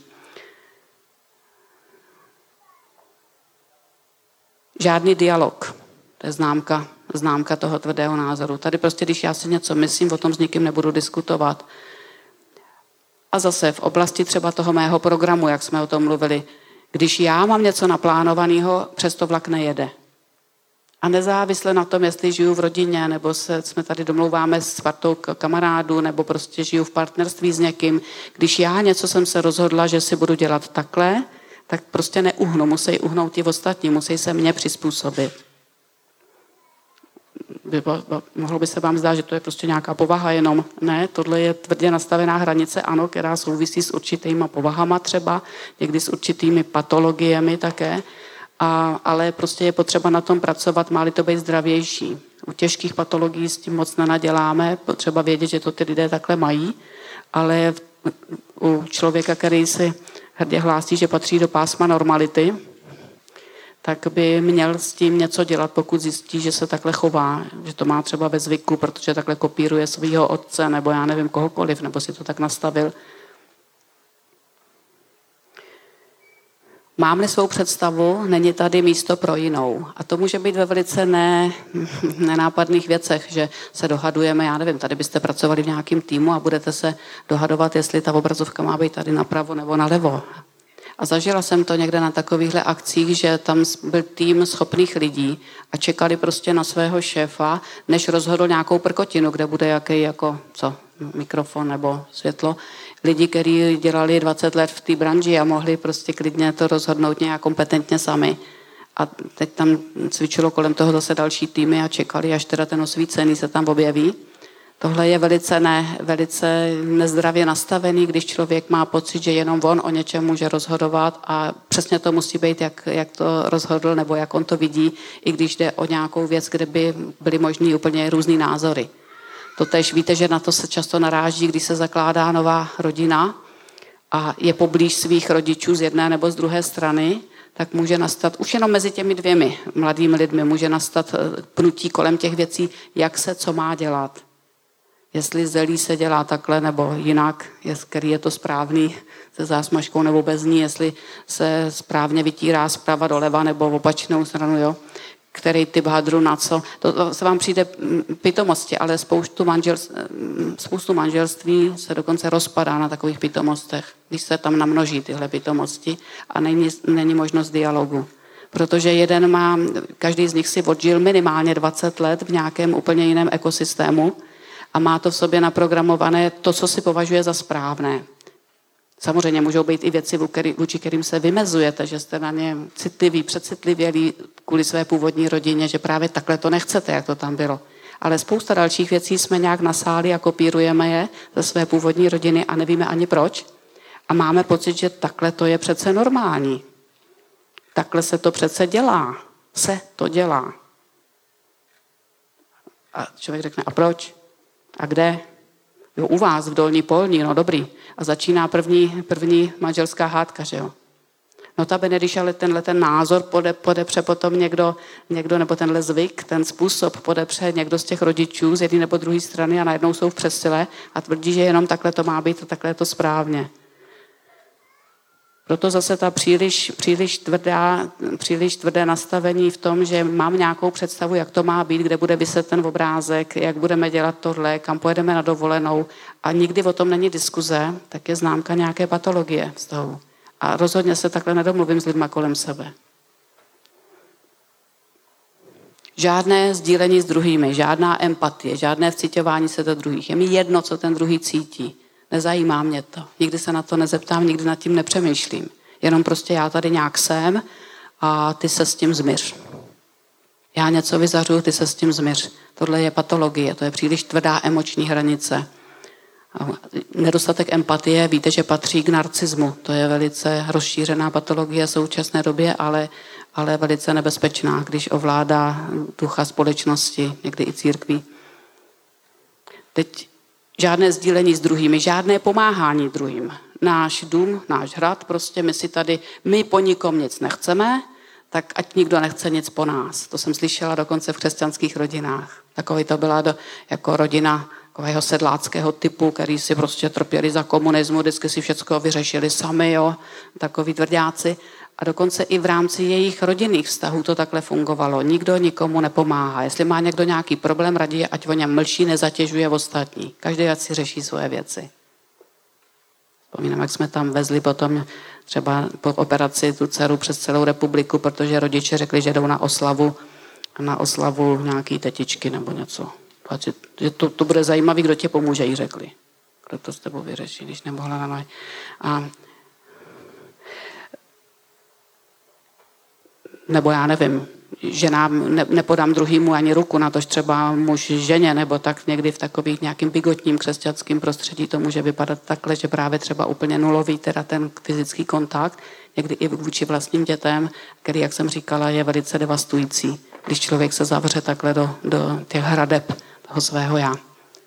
Žádný dialog, to je známka, známka toho tvrdého názoru. Tady prostě, když já si něco myslím, o tom s nikým nebudu diskutovat. A zase v oblasti třeba toho mého programu, jak jsme o tom mluvili, když já mám něco naplánovaného, přesto vlak nejede. A nezávisle na tom, jestli žiju v rodině, nebo se, jsme tady domlouváme s partou kamarádů, nebo prostě žiju v partnerství s někým, když já něco jsem se rozhodla, že si budu dělat takhle, tak prostě neuhnu, musí uhnout ti ostatní, musí se mně přizpůsobit. By, mohlo by se vám zdát, že to je prostě nějaká povaha jenom. Ne, tohle je tvrdě nastavená hranice, ano, která souvisí s určitýma povahama třeba, někdy s určitými patologiemi také, a, ale prostě je potřeba na tom pracovat, má-li to být zdravější. U těžkých patologií s tím moc nenaděláme, potřeba vědět, že to ty lidé takhle mají, ale u člověka, který si hrdě hlásí, že patří do pásma normality, tak by měl s tím něco dělat, pokud zjistí, že se takhle chová, že to má třeba ve zvyku, protože takhle kopíruje svého otce, nebo já nevím kohokoliv, nebo si to tak nastavil. Mám-li svou představu, není tady místo pro jinou. A to může být ve velice ne, nenápadných věcech, že se dohadujeme, já nevím, tady byste pracovali v nějakém týmu a budete se dohadovat, jestli ta obrazovka má být tady napravo nebo nalevo. A zažila jsem to někde na takovýchhle akcích, že tam byl tým schopných lidí a čekali prostě na svého šéfa, než rozhodl nějakou prkotinu, kde bude jaký jako, co, mikrofon nebo světlo. Lidi, kteří dělali dvacet let v té branži a mohli prostě klidně to rozhodnout nějak kompetentně sami. A teď tam cvičilo kolem toho zase další týmy a čekali, až teda ten osvícený se tam objeví. Tohle je velice, ne, velice nezdravě nastavený, když člověk má pocit, že jenom on o něčem může rozhodovat a přesně to musí být, jak, jak to rozhodl nebo jak on to vidí, i když jde o nějakou věc, kde by byly možný úplně různý názory. Totež víte, že na to se často naráží, když se zakládá nová rodina a je poblíž svých rodičů z jedné nebo z druhé strany, tak může nastat, už jenom mezi těmi dvěmi mladými lidmi, může nastat pnutí kolem těch věcí, jak se co má dělat. Jestli zelí se dělá takhle nebo jinak, který je to správný se zásmažkou nebo bez ní, jestli se správně vytírá zprava doleva nebo v opačnou stranu, jo, který typ hadru na co. To, to se vám přijde pitomosti, ale spoustu, manželství, spoustu manželství se dokonce rozpadá na takových pitomostech, když se tam namnoží tyhle pitomosti a není, není možnost dialogu. Protože jeden má, každý z nich si odžil minimálně dvacet let v nějakém úplně jiném ekosystému, a má to v sobě naprogramované to, co si považuje za správné. Samozřejmě můžou být i věci, vůči kterým se vymezujete, že jste na ně citliví, přecitlivělí kvůli své původní rodině, že právě takhle to nechcete, jak to tam bylo. Ale spousta dalších věcí jsme nějak nasáli a kopírujeme je ze své původní rodiny a nevíme ani proč. A máme pocit, že takhle to je přece normální. Takhle se to přece dělá. Se to dělá. A člověk řekne, a proč? A kde? Jo, u vás v Dolní Polní, no dobrý. A začíná první, první manželská hádka, že jo. Notabene, když ale tenhle ten názor pode, podepře potom někdo, někdo, nebo tenhle zvyk, ten způsob podepře někdo z těch rodičů z jedné nebo druhé strany a najednou jsou v přesile a tvrdí, že jenom takhle to má být a takhle je to správně. Proto zase ta příliš, příliš, tvrdá, příliš tvrdé nastavení v tom, že mám nějakou představu, jak to má být, kde bude viset ten obrázek, jak budeme dělat tohle, kam pojedeme na dovolenou a nikdy o tom není diskuze, tak je známka nějaké patologie vztahu. A rozhodně se takhle nedomluvím s lidma kolem sebe. Žádné sdílení s druhými, žádná empatie, žádné vciťování se do druhých. Je mi jedno, co ten druhý cítí. Nezajímá mě to. Nikdy se na to nezeptám, nikdy nad tím nepřemýšlím. Jenom prostě já tady nějak jsem a ty se s tím zmiř. Já něco vyzařuju, ty se s tím zmiř. Tohle je patologie, to je příliš tvrdá emoční hranice. Nedostatek empatie, víte, že patří k narcismu. To je velice rozšířená patologie v současné době, ale, ale velice nebezpečná, když ovládá ducha společnosti, někdy i církví. Teď žádné sdílení s druhými, žádné pomáhání druhým. Náš dům, náš hrad, prostě my si tady, my po nikom nic nechceme, tak ať nikdo nechce nic po nás. To jsem slyšela dokonce v křesťanských rodinách. Takový to byla do, jako rodina takového sedláckého typu, který si prostě trpěli za komunismu, vždycky si všechno vyřešili sami, jo, takový tvrdáci. A dokonce i v rámci jejich rodinných vztahů to takhle fungovalo. Nikdo nikomu nepomáhá. Jestli má někdo nějaký problém, raději ať o něm mlčí, nezatěžuje ostatní. Každý ať si řeší svoje věci. Vzpomínám, jak jsme tam vezli potom třeba po operaci tu dceru přes celou republiku, protože rodiče řekli, že jdou na oslavu, na oslavu nějaký tetičky nebo něco. Že to, to bude zajímavý, kdo tě pomůže, jí řekli. Kdo to s tebou vyřeší, když nemohla na nohy. A nebo já nevím, ženám ne, nepodám druhýmu ani ruku, na tož třeba muž ženě, nebo tak někdy v takových nějakým bigotním křesťanským prostředí to může vypadat takhle, že právě třeba úplně nulový teda ten fyzický kontakt, někdy i vůči vlastním dětem, který, jak jsem říkala, je velice devastující, když člověk se zavře takhle do, do těch hradeb toho svého já.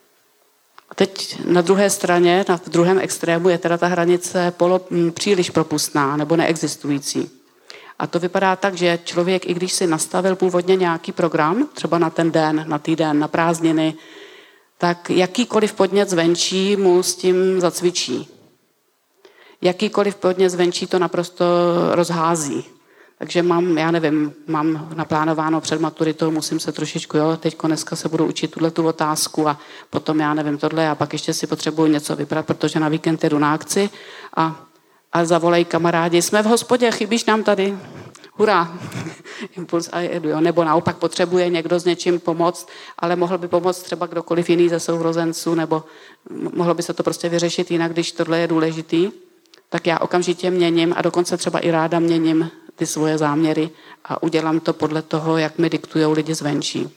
A teď na druhé straně, na druhém extrému je teda ta hranice polo, m, příliš propustná nebo neexistující. A to vypadá tak, že člověk, i když si nastavil původně nějaký program, třeba na ten den, na týden, na prázdniny, tak jakýkoliv podnět zvenčí mu s tím zacvičí. Jakýkoliv podnět zvenčí to naprosto rozhází. Takže mám, já nevím, mám naplánováno před maturitou, musím se trošičku, jo, teďko dneska se budu učit tuto otázku a potom, já nevím, tohle a pak ještě si potřebuji něco vybrat, protože na víkend jdu na akci a A zavolají kamarádi, jsme v hospodě, chybíš nám tady, hurá, impuls a jedu, jo. Nebo naopak potřebuje někdo s něčím pomoct, ale mohl by pomoct třeba kdokoliv jiný ze sourozenců, nebo mohlo by se to prostě vyřešit jinak, když tohle je důležitý, tak já okamžitě měním a dokonce třeba i ráda měním ty svoje záměry a udělám to podle toho, jak mi diktujou lidi zvenčí.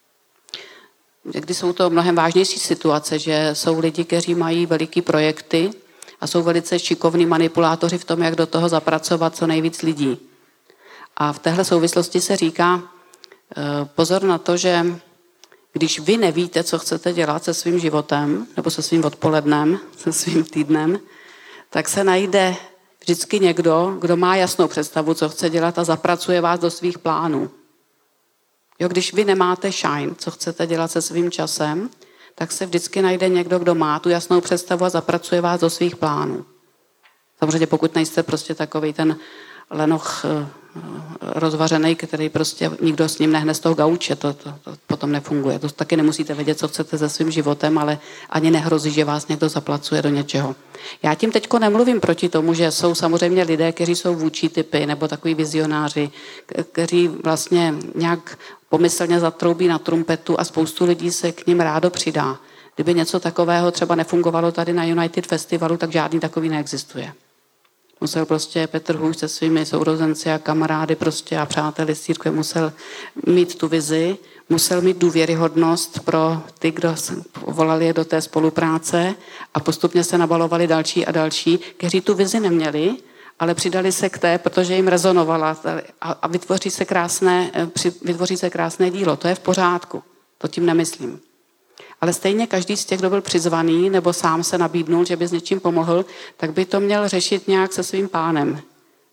Někdy jsou to mnohem vážnější situace, že jsou lidi, kteří mají veliký projekty, a jsou velice šikovní manipulátoři v tom, jak do toho zapracovat co nejvíc lidí. A v téhle souvislosti se říká pozor na to, že když vy nevíte, co chcete dělat se svým životem, nebo se svým odpolednem, se svým týdnem, tak se najde vždycky někdo, kdo má jasnou představu, co chce dělat a zapracuje vás do svých plánů. Jo, když vy nemáte shine, co chcete dělat se svým časem, tak se vždycky najde někdo, kdo má tu jasnou představu a zapracuje vás do svých plánů. Samozřejmě pokud nejste prostě takovej ten lenoch rozvařený, který prostě nikdo s ním nehne z toho gauče, to, to, to potom nefunguje. To taky nemusíte vědět, co chcete se svým životem, ale ani nehrozí, že vás někdo zapracuje do něčeho. Já tím teďko nemluvím proti tomu, že jsou samozřejmě lidé, kteří jsou vůdčí typy nebo takový vizionáři, kteří vlastně nějak pomyslně zatroubí na trumpetu a spoustu lidí se k ním rádo přidá. Kdyby něco takového třeba nefungovalo tady na United Festivalu, tak žádný takový neexistuje. Musel prostě Petr Hůž se svými sourozenci a kamarády prostě a přáteli z církve musel mít tu vizi, musel mít důvěryhodnost pro ty, kdo volali je do té spolupráce a postupně se nabalovali další a další, kteří tu vizi neměli, ale přidali se k té, protože jim rezonovala a vytvoří se krásné, vytvoří se krásné dílo. To je v pořádku, to tím nemyslím. Ale stejně každý z těch, kdo byl přizvaný nebo sám se nabídnul, že by s něčím pomohl, tak by to měl řešit nějak se svým pánem.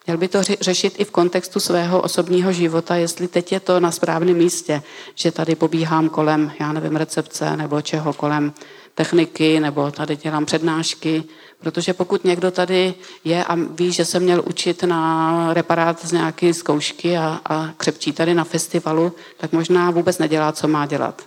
Měl by to řešit i v kontextu svého osobního života, jestli teď je to na správném místě, že tady pobíhám kolem, já nevím, recepce nebo čeho, kolem techniky, nebo tady dělám přednášky, protože pokud někdo tady je a ví, že se měl učit na reparát z nějaké zkoušky a, a křepčí tady na festivalu, tak možná vůbec nedělá, co má dělat.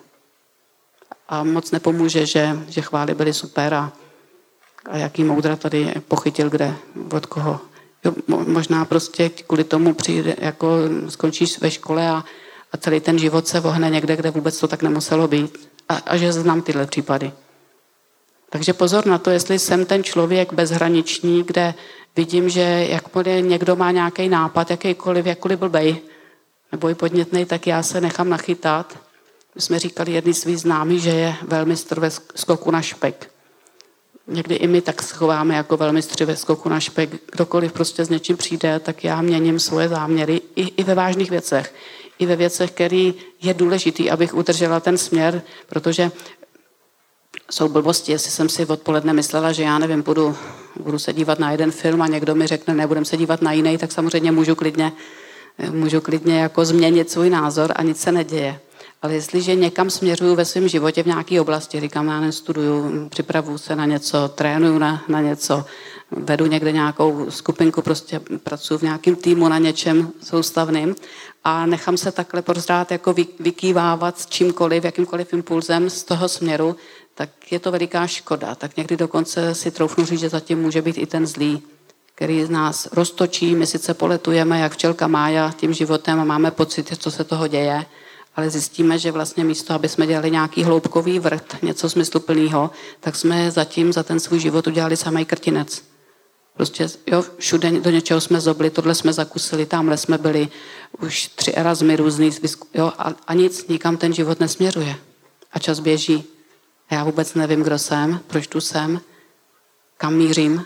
A moc nepomůže, že, že chvály byly super a, a jaký moudra tady pochytil kde, od koho. Jo, možná prostě kvůli tomu přijde, jako skončíš ve škole a, a celý ten život se vohne někde, kde vůbec to tak nemuselo být. A, a že znám tyhle případy. Takže pozor na to, jestli jsem ten člověk bezhraniční, kde vidím, že jakmile někdo má nějaký nápad, jakýkoliv, jakkoliv blbej, nebo i podnětnej, tak já se nechám nachytat. My jsme říkali jedný svý známý, že je velmistr ve skoku na špek. Někdy i my tak schováme jako velmistři ve skoku na špek. Kdokoliv prostě s něčím přijde, tak já měním svoje záměry i, i ve vážných věcech. I ve věcech, které je důležitý, abych udržela ten směr, protože jsou blbosti, jestli jsem si odpoledne myslela, že já nevím, budu, budu se dívat na jeden film a někdo mi řekne, nebudem se dívat na jiný, tak samozřejmě můžu klidně, můžu klidně jako změnit svůj názor a nic se neděje. Ale jestliže někam směřuju ve svém životě v nějaké oblasti, říkám, já nestuduju, připravuju se na něco, trénuju na, na něco, vedu někde nějakou skupinku, prostě pracuji v nějakém týmu na něčem soustavným a nechám se takhle pořád jako vykývávat s čímkoliv, jakýmkoliv impulzem z toho směru, tak je to veliká škoda. Tak někdy dokonce si troufnu říct, že zatím může být i ten zlý, který z nás roztočí. My sice poletujeme jak včelka Mája tím životem a máme pocit, co se toho děje, ale zjistíme, že vlastně místo, aby jsme dělali nějaký hloubkový vrt, něco smysluplného, tak jsme zatím za ten svůj život udělali samý krtinec. Prostě jo, všude do něčeho jsme zobli, tohle jsme zakusili, tamhle jsme byli, už tři erazmy různý, jo, a, a nic, nikam ten život nesměřuje. A čas běží. A já vůbec nevím, kdo jsem, proč tu jsem, kam mířím.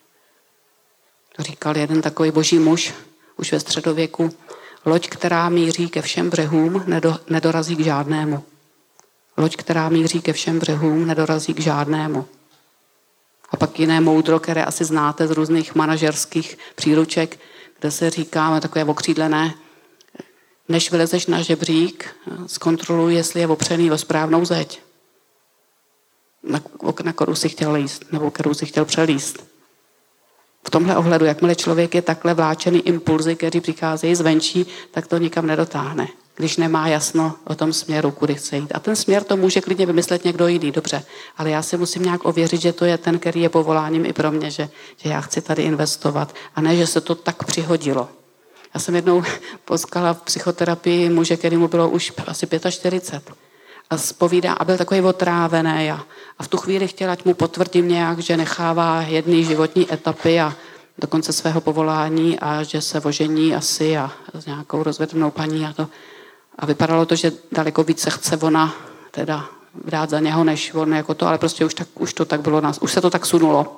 To říkal jeden takový boží muž, už ve středověku. Loď, která míří ke všem břehům, nedo, nedorazí k žádnému. Loď, která míří ke všem břehům, nedorazí k žádnému. A pak jiné moudro, které asi znáte z různých manažerských příruček, kde se říká, takové okřídlené, než vylezeš na žebřík, zkontroluj, jestli je opřený o správnou zeď, na, na kterou si chtěl líst, nebo kterou si chtěl přelíst. V tomhle ohledu, jakmile člověk je takhle vláčený impulzy, který přicházejí zvenčí, tak to nikam nedotáhne, když nemá jasno o tom směru, kudy chce jít. A ten směr to může klidně vymyslet někdo jiný, dobře, ale já si musím nějak ověřit, že to je ten, který je povoláním i pro mě, že, že já chci tady investovat a ne, že se to tak přihodilo. Já jsem jednou potkala v psychoterapii muže, kterému bylo už asi čtyřicet pět. A zpovídá, a byl takový otrávený a, a v tu chvíli chtěla, ať mu potvrdím nějak, že nechává jedny životní etapy a dokonce svého povolání a že se ožení asi a s nějakou rozvedenou paní a to. A vypadalo to, že daleko více chce ona teda dát za něho, než on jako to, ale prostě už, tak, už to tak bylo, už se to tak sunulo.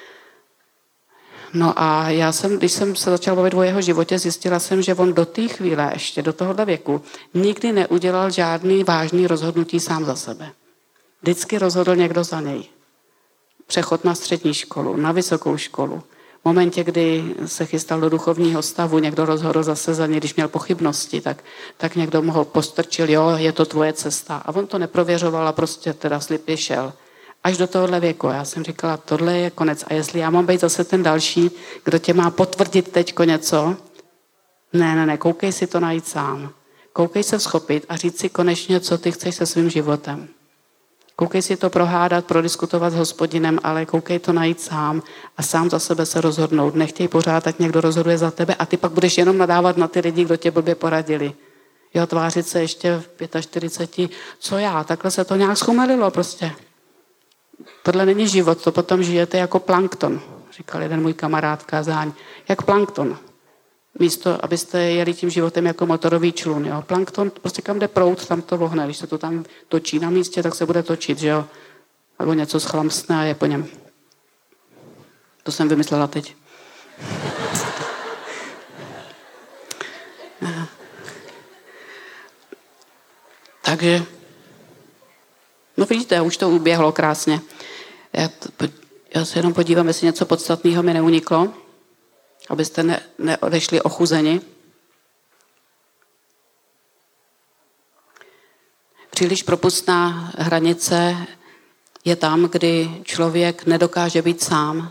No a já jsem, když jsem se začala bavit o jeho životě, zjistila jsem, že on do té chvíle, ještě do tohohle věku, nikdy neudělal žádný vážný rozhodnutí sám za sebe. Vždycky rozhodl někdo za něj. Přechod na střední školu, na vysokou školu. V momentě, kdy se chystal do duchovního stavu, někdo rozhodl zase za něj, když měl pochybnosti, tak, tak někdo mu ho postrčil, jo, je to tvoje cesta. A on to neprověřoval a prostě teda slipě šel. Až do tohohle věku. Já jsem říkala, tohle je konec. A jestli já mám být zase ten další, kdo tě má potvrdit teďko něco, ne, ne, ne, koukej si to najít sám. Koukej se schopit a říct si konečně, co ty chceš se svým životem. Koukej si to prohádat, prodiskutovat s Hospodinem, ale koukej to najít sám a sám za sebe se rozhodnout. Nechtěj pořád, tak někdo rozhoduje za tebe a ty pak budeš jenom nadávat na ty lidi, kdo tě blbě poradili. Jo, tvářit se ještě v čtyřiceti pěti, co já, takhle se to nějak schumelilo prostě. Tohle není život, to potom žijete jako plankton, říkal jeden můj kamarád Kázáň. Jak plankton. Místo, abyste jeli tím životem jako motorový člun. Jo. Plankton, prostě kam jde proud, tam to vohne. Když se to tam točí na místě, tak se bude točit, že jo. Nebo něco schlamstne a je po něm. To jsem vymyslela teď. Takže, no vidíte, už to uběhlo krásně. Já, to, já se jenom podívám, jestli něco podstatného mi neuniklo. abyste ne, neodešli ochuzeni. Příliš propustná hranice je tam, kdy člověk nedokáže být sám,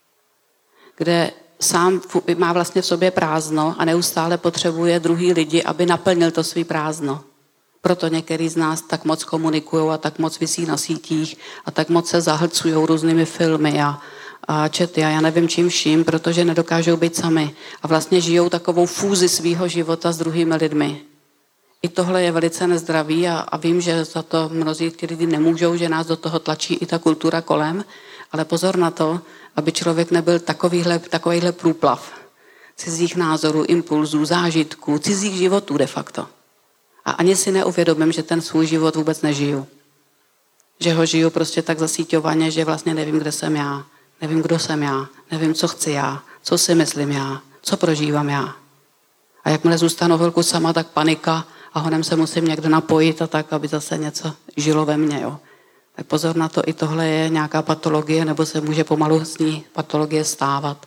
kde sám má vlastně v sobě prázdno a neustále potřebuje druhý lidi, aby naplnil to svý prázdno. Proto některý z nás tak moc komunikují a tak moc visí na sítích a tak moc se zahlcují různými filmy a, a čety a já nevím čím vším, protože nedokážou být sami a vlastně žijou takovou fúzi svýho života s druhými lidmi. I tohle je velice nezdravý a, a vím, že za to mnozí ty lidi nemůžou, že nás do toho tlačí i ta kultura kolem, ale pozor na to, aby člověk nebyl takovýhle, takovýhle průplav cizích názorů, impulzů, zážitků, cizích životů de facto. A ani si neuvědomím, že ten svůj život vůbec nežiju. Že ho žiju prostě tak zasíťovaně, že vlastně nevím, kde jsem já, nevím, kdo jsem já, nevím, co chci já, co si myslím já, co prožívám já. A jakmile zůstanu chvilku sama, tak panika a honem se musím někde napojit a tak, aby zase něco žilo ve mně. Jo. Tak pozor na to, i tohle je nějaká patologie, nebo se může pomalu z ní patologie stávat.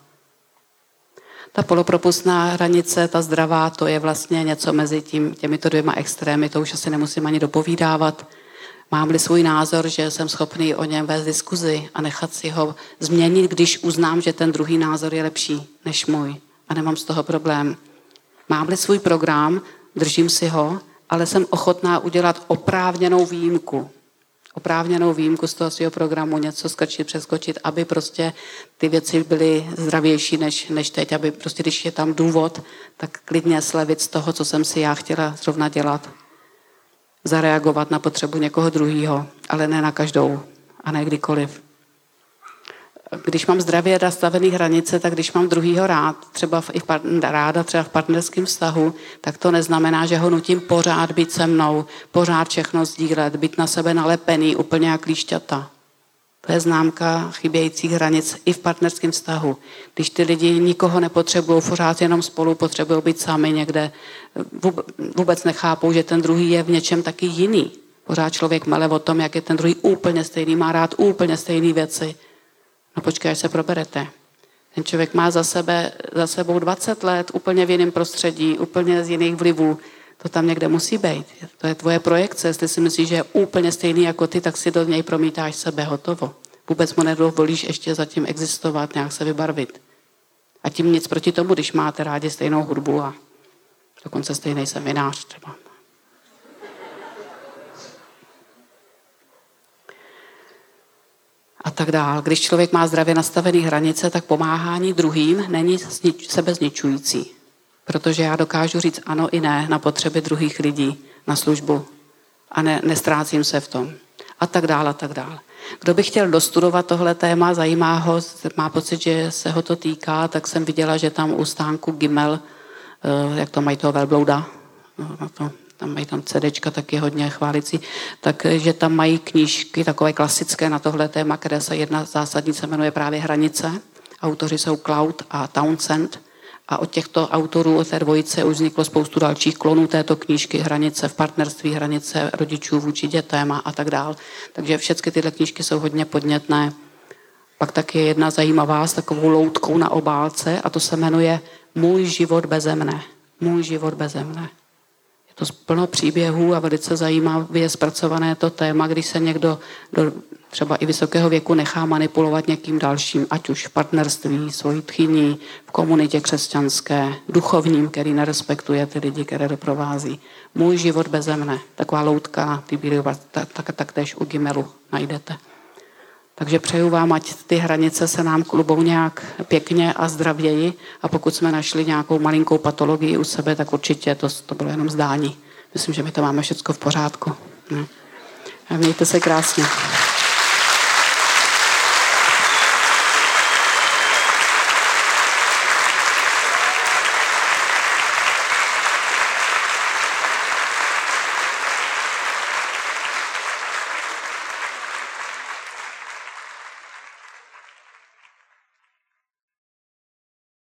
Ta polopropustná hranice, ta zdravá, to je vlastně něco mezi tím, těmito dvěma extrémy, to už asi nemusím ani dopovídávat. Mám-li svůj názor, že jsem schopný o něm vést diskuzi a nechat si ho změnit, když uznám, že ten druhý názor je lepší než můj a nemám z toho problém. Mám-li svůj program, držím si ho, ale jsem ochotná udělat oprávněnou výjimku. Oprávněnou výjimku z toho svého programu, něco skrčit, přeskočit, aby prostě ty věci byly zdravější než, než teď, aby prostě, když je tam důvod, tak klidně slevit z toho, co jsem si já chtěla zrovna dělat. Zareagovat na potřebu někoho druhého, ale ne na každou a ne kdykoliv. Když mám zdravě nastavený hranice, tak když mám druhýho rád, třeba v, i v, ráda třeba v partnerském vztahu, tak to neznamená, že ho nutím pořád být se mnou, pořád všechno sdílet, být na sebe nalepený, úplně jak líšťata. To je známka chybějících hranic i v partnerském vztahu. Když ty lidi nikoho nepotřebují, pořád jenom spolu potřebují být sami někde, vůbec nechápou, že ten druhý je v něčem taky jiný. Pořád člověk mele o tom, jak je ten druhý úplně stejný, má rád úplně stejné věci. No počkej, až se proberete. Ten člověk má za, sebe, za sebou dvacet let, úplně v jiném prostředí, úplně z jiných vlivů. To tam někde musí být. To je tvoje projekce. Jestli si myslíš, že je úplně stejný jako ty, tak si do něj promítáš sebe, hotovo. Vůbec mu nedovolíš ještě zatím existovat, nějak se vybarvit. A tím nic proti tomu, když máte rádi stejnou hudbu a dokonce stejný seminář třeba. A tak dál. Když člověk má zdravě nastavené hranice, tak pomáhání druhým není sebezničující. Protože já dokážu říct ano i ne na potřeby druhých lidí, na službu. A ne, nestrácím se v tom. A tak dál, a tak dál. Kdo by chtěl dostudovat tohle téma, zajímá ho, má pocit, že se ho to týká, tak jsem viděla, že tam u stánku Gimel, jak to mají toho velblouda, na to, tam mají tam CDčka, tak je hodně chválicí, takže tam mají knížky takové klasické na tohle téma, které se jedna zásadní se jmenuje právě Hranice. Autoři jsou Cloud a Townsend. A od těchto autorů, od té dvojice už vzniklo spoustu dalších klonů této knížky, Hranice v partnerství, Hranice rodičů vůči dětem a tak dál. Takže všechny tyhle knížky jsou hodně podnětné. Pak taky je jedna zajímavá s takovou loutkou na obálce a to se jmenuje Můj život beze mne. Můj život beze mne. Je to plno příběhů a velice zajímavě zpracované to téma, když se někdo do třeba i vysokého věku nechá manipulovat někým dalším, ať už v partnerství, svojí tchyní, v komunitě křesťanské, duchovním, který nerespektuje ty lidi, které doprovází. Můj život beze mne. Taková loutka, ty bílý tak, tak, taktéž u Gimelu najdete. Takže přeju vám, ať ty hranice se nám klubou nějak pěkně a zdravěji a pokud jsme našli nějakou malinkou patologii u sebe, tak určitě to, to bylo jenom zdání. Myslím, že my to máme všechno v pořádku. Ne? A mějte se krásně.